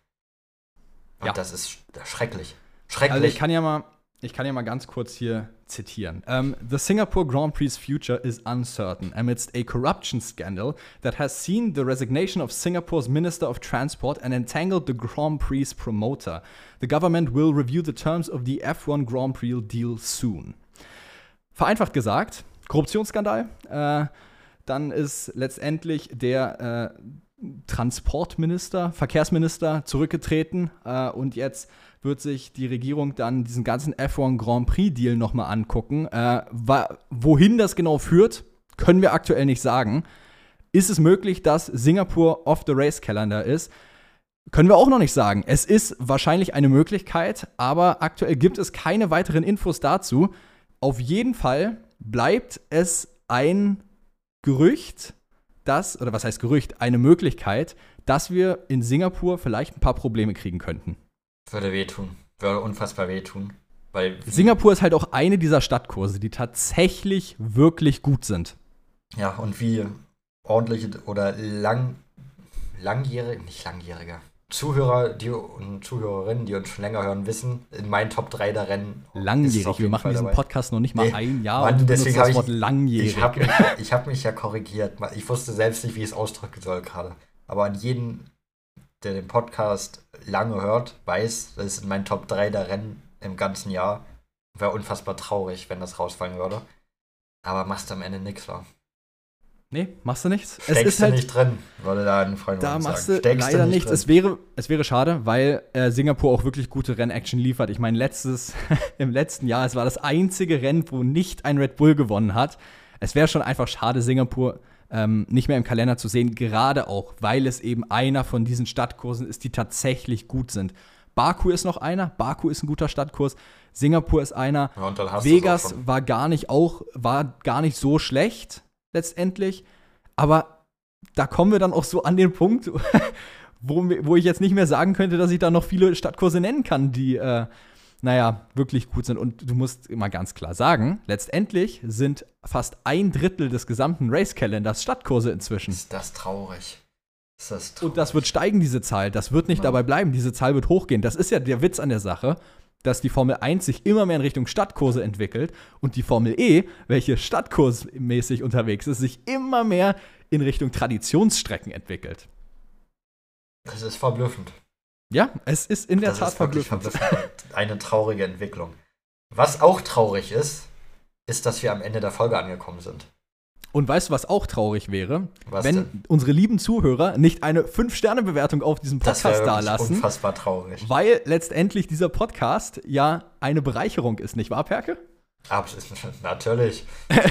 Und Ja. das ist schrecklich. Schrecklich. Also ich kann ja mal, ich kann ja mal ganz kurz hier zitieren. Um, the Singapore Grand Prix future is uncertain amidst a corruption scandal that has seen the resignation of Singapore's Minister of Transport and entangled the Grand Prix promoter. The government will review the terms of the F eins Grand Prix deal soon. Vereinfacht gesagt, Korruptionsskandal. Äh, dann ist letztendlich der äh, Transportminister, Verkehrsminister zurückgetreten äh, und jetzt wird sich die Regierung dann diesen ganzen F eins Grand Prix Deal nochmal angucken. Äh, wa- wohin das genau führt, können wir aktuell nicht sagen. Ist es möglich, dass Singapur off the race calendar ist? Können wir auch noch nicht sagen. Es ist wahrscheinlich eine Möglichkeit, aber aktuell gibt es keine weiteren Infos dazu. Auf jeden Fall bleibt es ein Gerücht, dass, oder was heißt Gerücht, eine Möglichkeit, dass wir in Singapur vielleicht ein paar Probleme kriegen könnten. Würde wehtun. Würde unfassbar wehtun. Weil Singapur ist halt auch eine dieser Stadtkurse, die tatsächlich wirklich gut sind. Ja, und wie ordentliche oder lang, langjährige, nicht langjährige, Zuhörer die, und Zuhörerinnen, die uns schon länger hören, wissen, in meinen Top drei der Rennen langjährig, wir machen Fall diesen dabei. Podcast noch nicht mal nee, ein Jahr Mann, und deswegen das ich, Wort langjährig. Ich habe mich, ich hab mich ja korrigiert. Ich wusste selbst nicht, wie ich es ausdrücken soll gerade. Aber an jeden, der den Podcast lange hört, weiß, das ist in meinen Top drei der Rennen im ganzen Jahr. Wäre unfassbar traurig, wenn das rausfallen würde. Aber machst du am Ende nichts, wa? Nee, machst du nichts. Steckst es ist du halt, nicht drin, würde da ein Freund Da machst sagen. du Steckst leider du nicht nichts. Es wäre, es wäre schade, weil äh, Singapur auch wirklich gute Rennaction liefert. Ich meine, letztes, im letzten Jahr, es war das einzige Rennen, wo nicht ein Red Bull gewonnen hat. Es wäre schon einfach schade, Singapur ähm, nicht mehr im Kalender zu sehen, gerade auch, weil es eben einer von diesen Stadtkursen ist, die tatsächlich gut sind. Baku ist noch einer, Baku ist ein guter Stadtkurs, Singapur ist einer, ja, und dann hast Vegas war gar nicht auch, war gar nicht so schlecht letztendlich, aber da kommen wir dann auch so an den Punkt, wo, wo ich jetzt nicht mehr sagen könnte, dass ich da noch viele Stadtkurse nennen kann, die, äh, naja, wirklich gut sind. Und du musst immer ganz klar sagen, letztendlich sind fast ein Drittel des gesamten Race-Kalenders Stadtkurse inzwischen. Ist das traurig. Ist das traurig. Und das wird steigen, diese Zahl. Das wird nicht ja. dabei bleiben. Diese Zahl wird hochgehen. Das ist ja der Witz an der Sache, dass die Formel eins sich immer mehr in Richtung Stadtkurse entwickelt und die Formel E, welche stadtkursmäßig unterwegs ist, sich immer mehr in Richtung Traditionsstrecken entwickelt. Das ist verblüffend. Ja, es ist in der das Tat ist wirklich verblüffend. verblüffend. Eine traurige Entwicklung. Was auch traurig ist, ist, dass wir am Ende der Folge angekommen sind. Und weißt du, was auch traurig wäre? Was wenn denn? unsere lieben Zuhörer nicht eine fünf Sterne Bewertung auf diesem Podcast das dalassen. Unfassbar traurig. Weil letztendlich dieser Podcast ja eine Bereicherung ist, nicht wahr, Perke? Absolut, natürlich.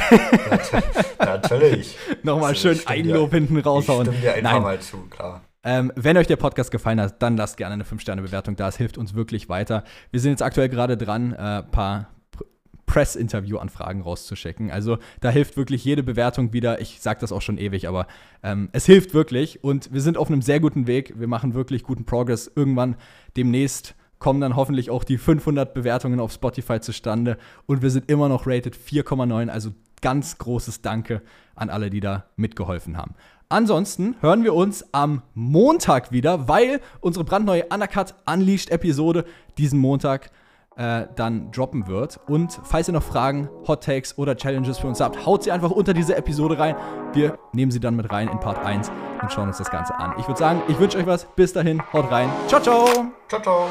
Natürlich. Nochmal also, schön Eigenlob hinten raushauen. Ich stimme dir einfach Nein. mal zu, klar. Ähm, wenn euch der Podcast gefallen hat, dann lasst gerne eine fünf Sterne Bewertung da. Es hilft uns wirklich weiter. Wir sind jetzt aktuell gerade dran, ein äh, paar Press-Interview-Anfragen rauszuschicken. Also da hilft wirklich jede Bewertung wieder. Ich sage das auch schon ewig, aber ähm, es hilft wirklich. Und wir sind auf einem sehr guten Weg. Wir machen wirklich guten Progress. Irgendwann demnächst kommen dann hoffentlich auch die fünfhundert Bewertungen auf Spotify zustande. Und wir sind immer noch rated vier Komma neun. Also ganz großes Danke an alle, die da mitgeholfen haben. Ansonsten hören wir uns am Montag wieder, weil unsere brandneue Undercut Unleashed Episode diesen Montag äh, dann droppen wird. Und falls ihr noch Fragen, Hot Takes oder Challenges für uns habt, haut sie einfach unter diese Episode rein. Wir nehmen sie dann mit rein in Part eins und schauen uns das Ganze an. Ich würde sagen, ich wünsche euch was. Bis dahin, haut rein. Ciao, ciao. Ciao, ciao.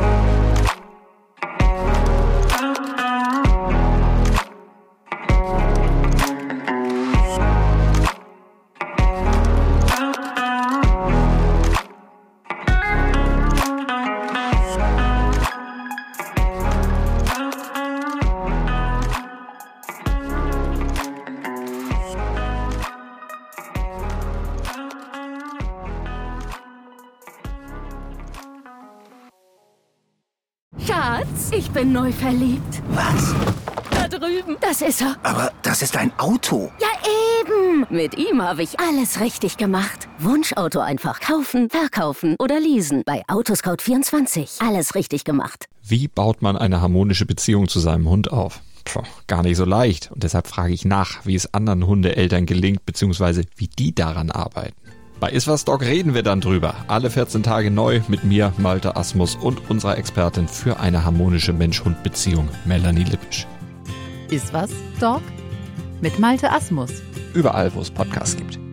Schatz, ich bin neu verliebt. Was? Da drüben. Das ist er. Aber das ist ein Auto. Ja, eben. Mit ihm habe ich alles richtig gemacht. Wunschauto einfach kaufen, verkaufen oder leasen. Bei Autoscout vierundzwanzig. Alles richtig gemacht. Wie baut man eine harmonische Beziehung zu seinem Hund auf? Puh, gar nicht so leicht. Und deshalb frage ich nach, wie es anderen Hundeeltern gelingt, beziehungsweise wie die daran arbeiten. Bei Iswas Dog reden wir dann drüber. Alle vierzehn Tage neu mit mir, Malte Asmus und unserer Expertin für eine harmonische Mensch-Hund-Beziehung, Melanie Lippisch. Iswas Dog mit Malte Asmus. Überall, wo es Podcasts gibt.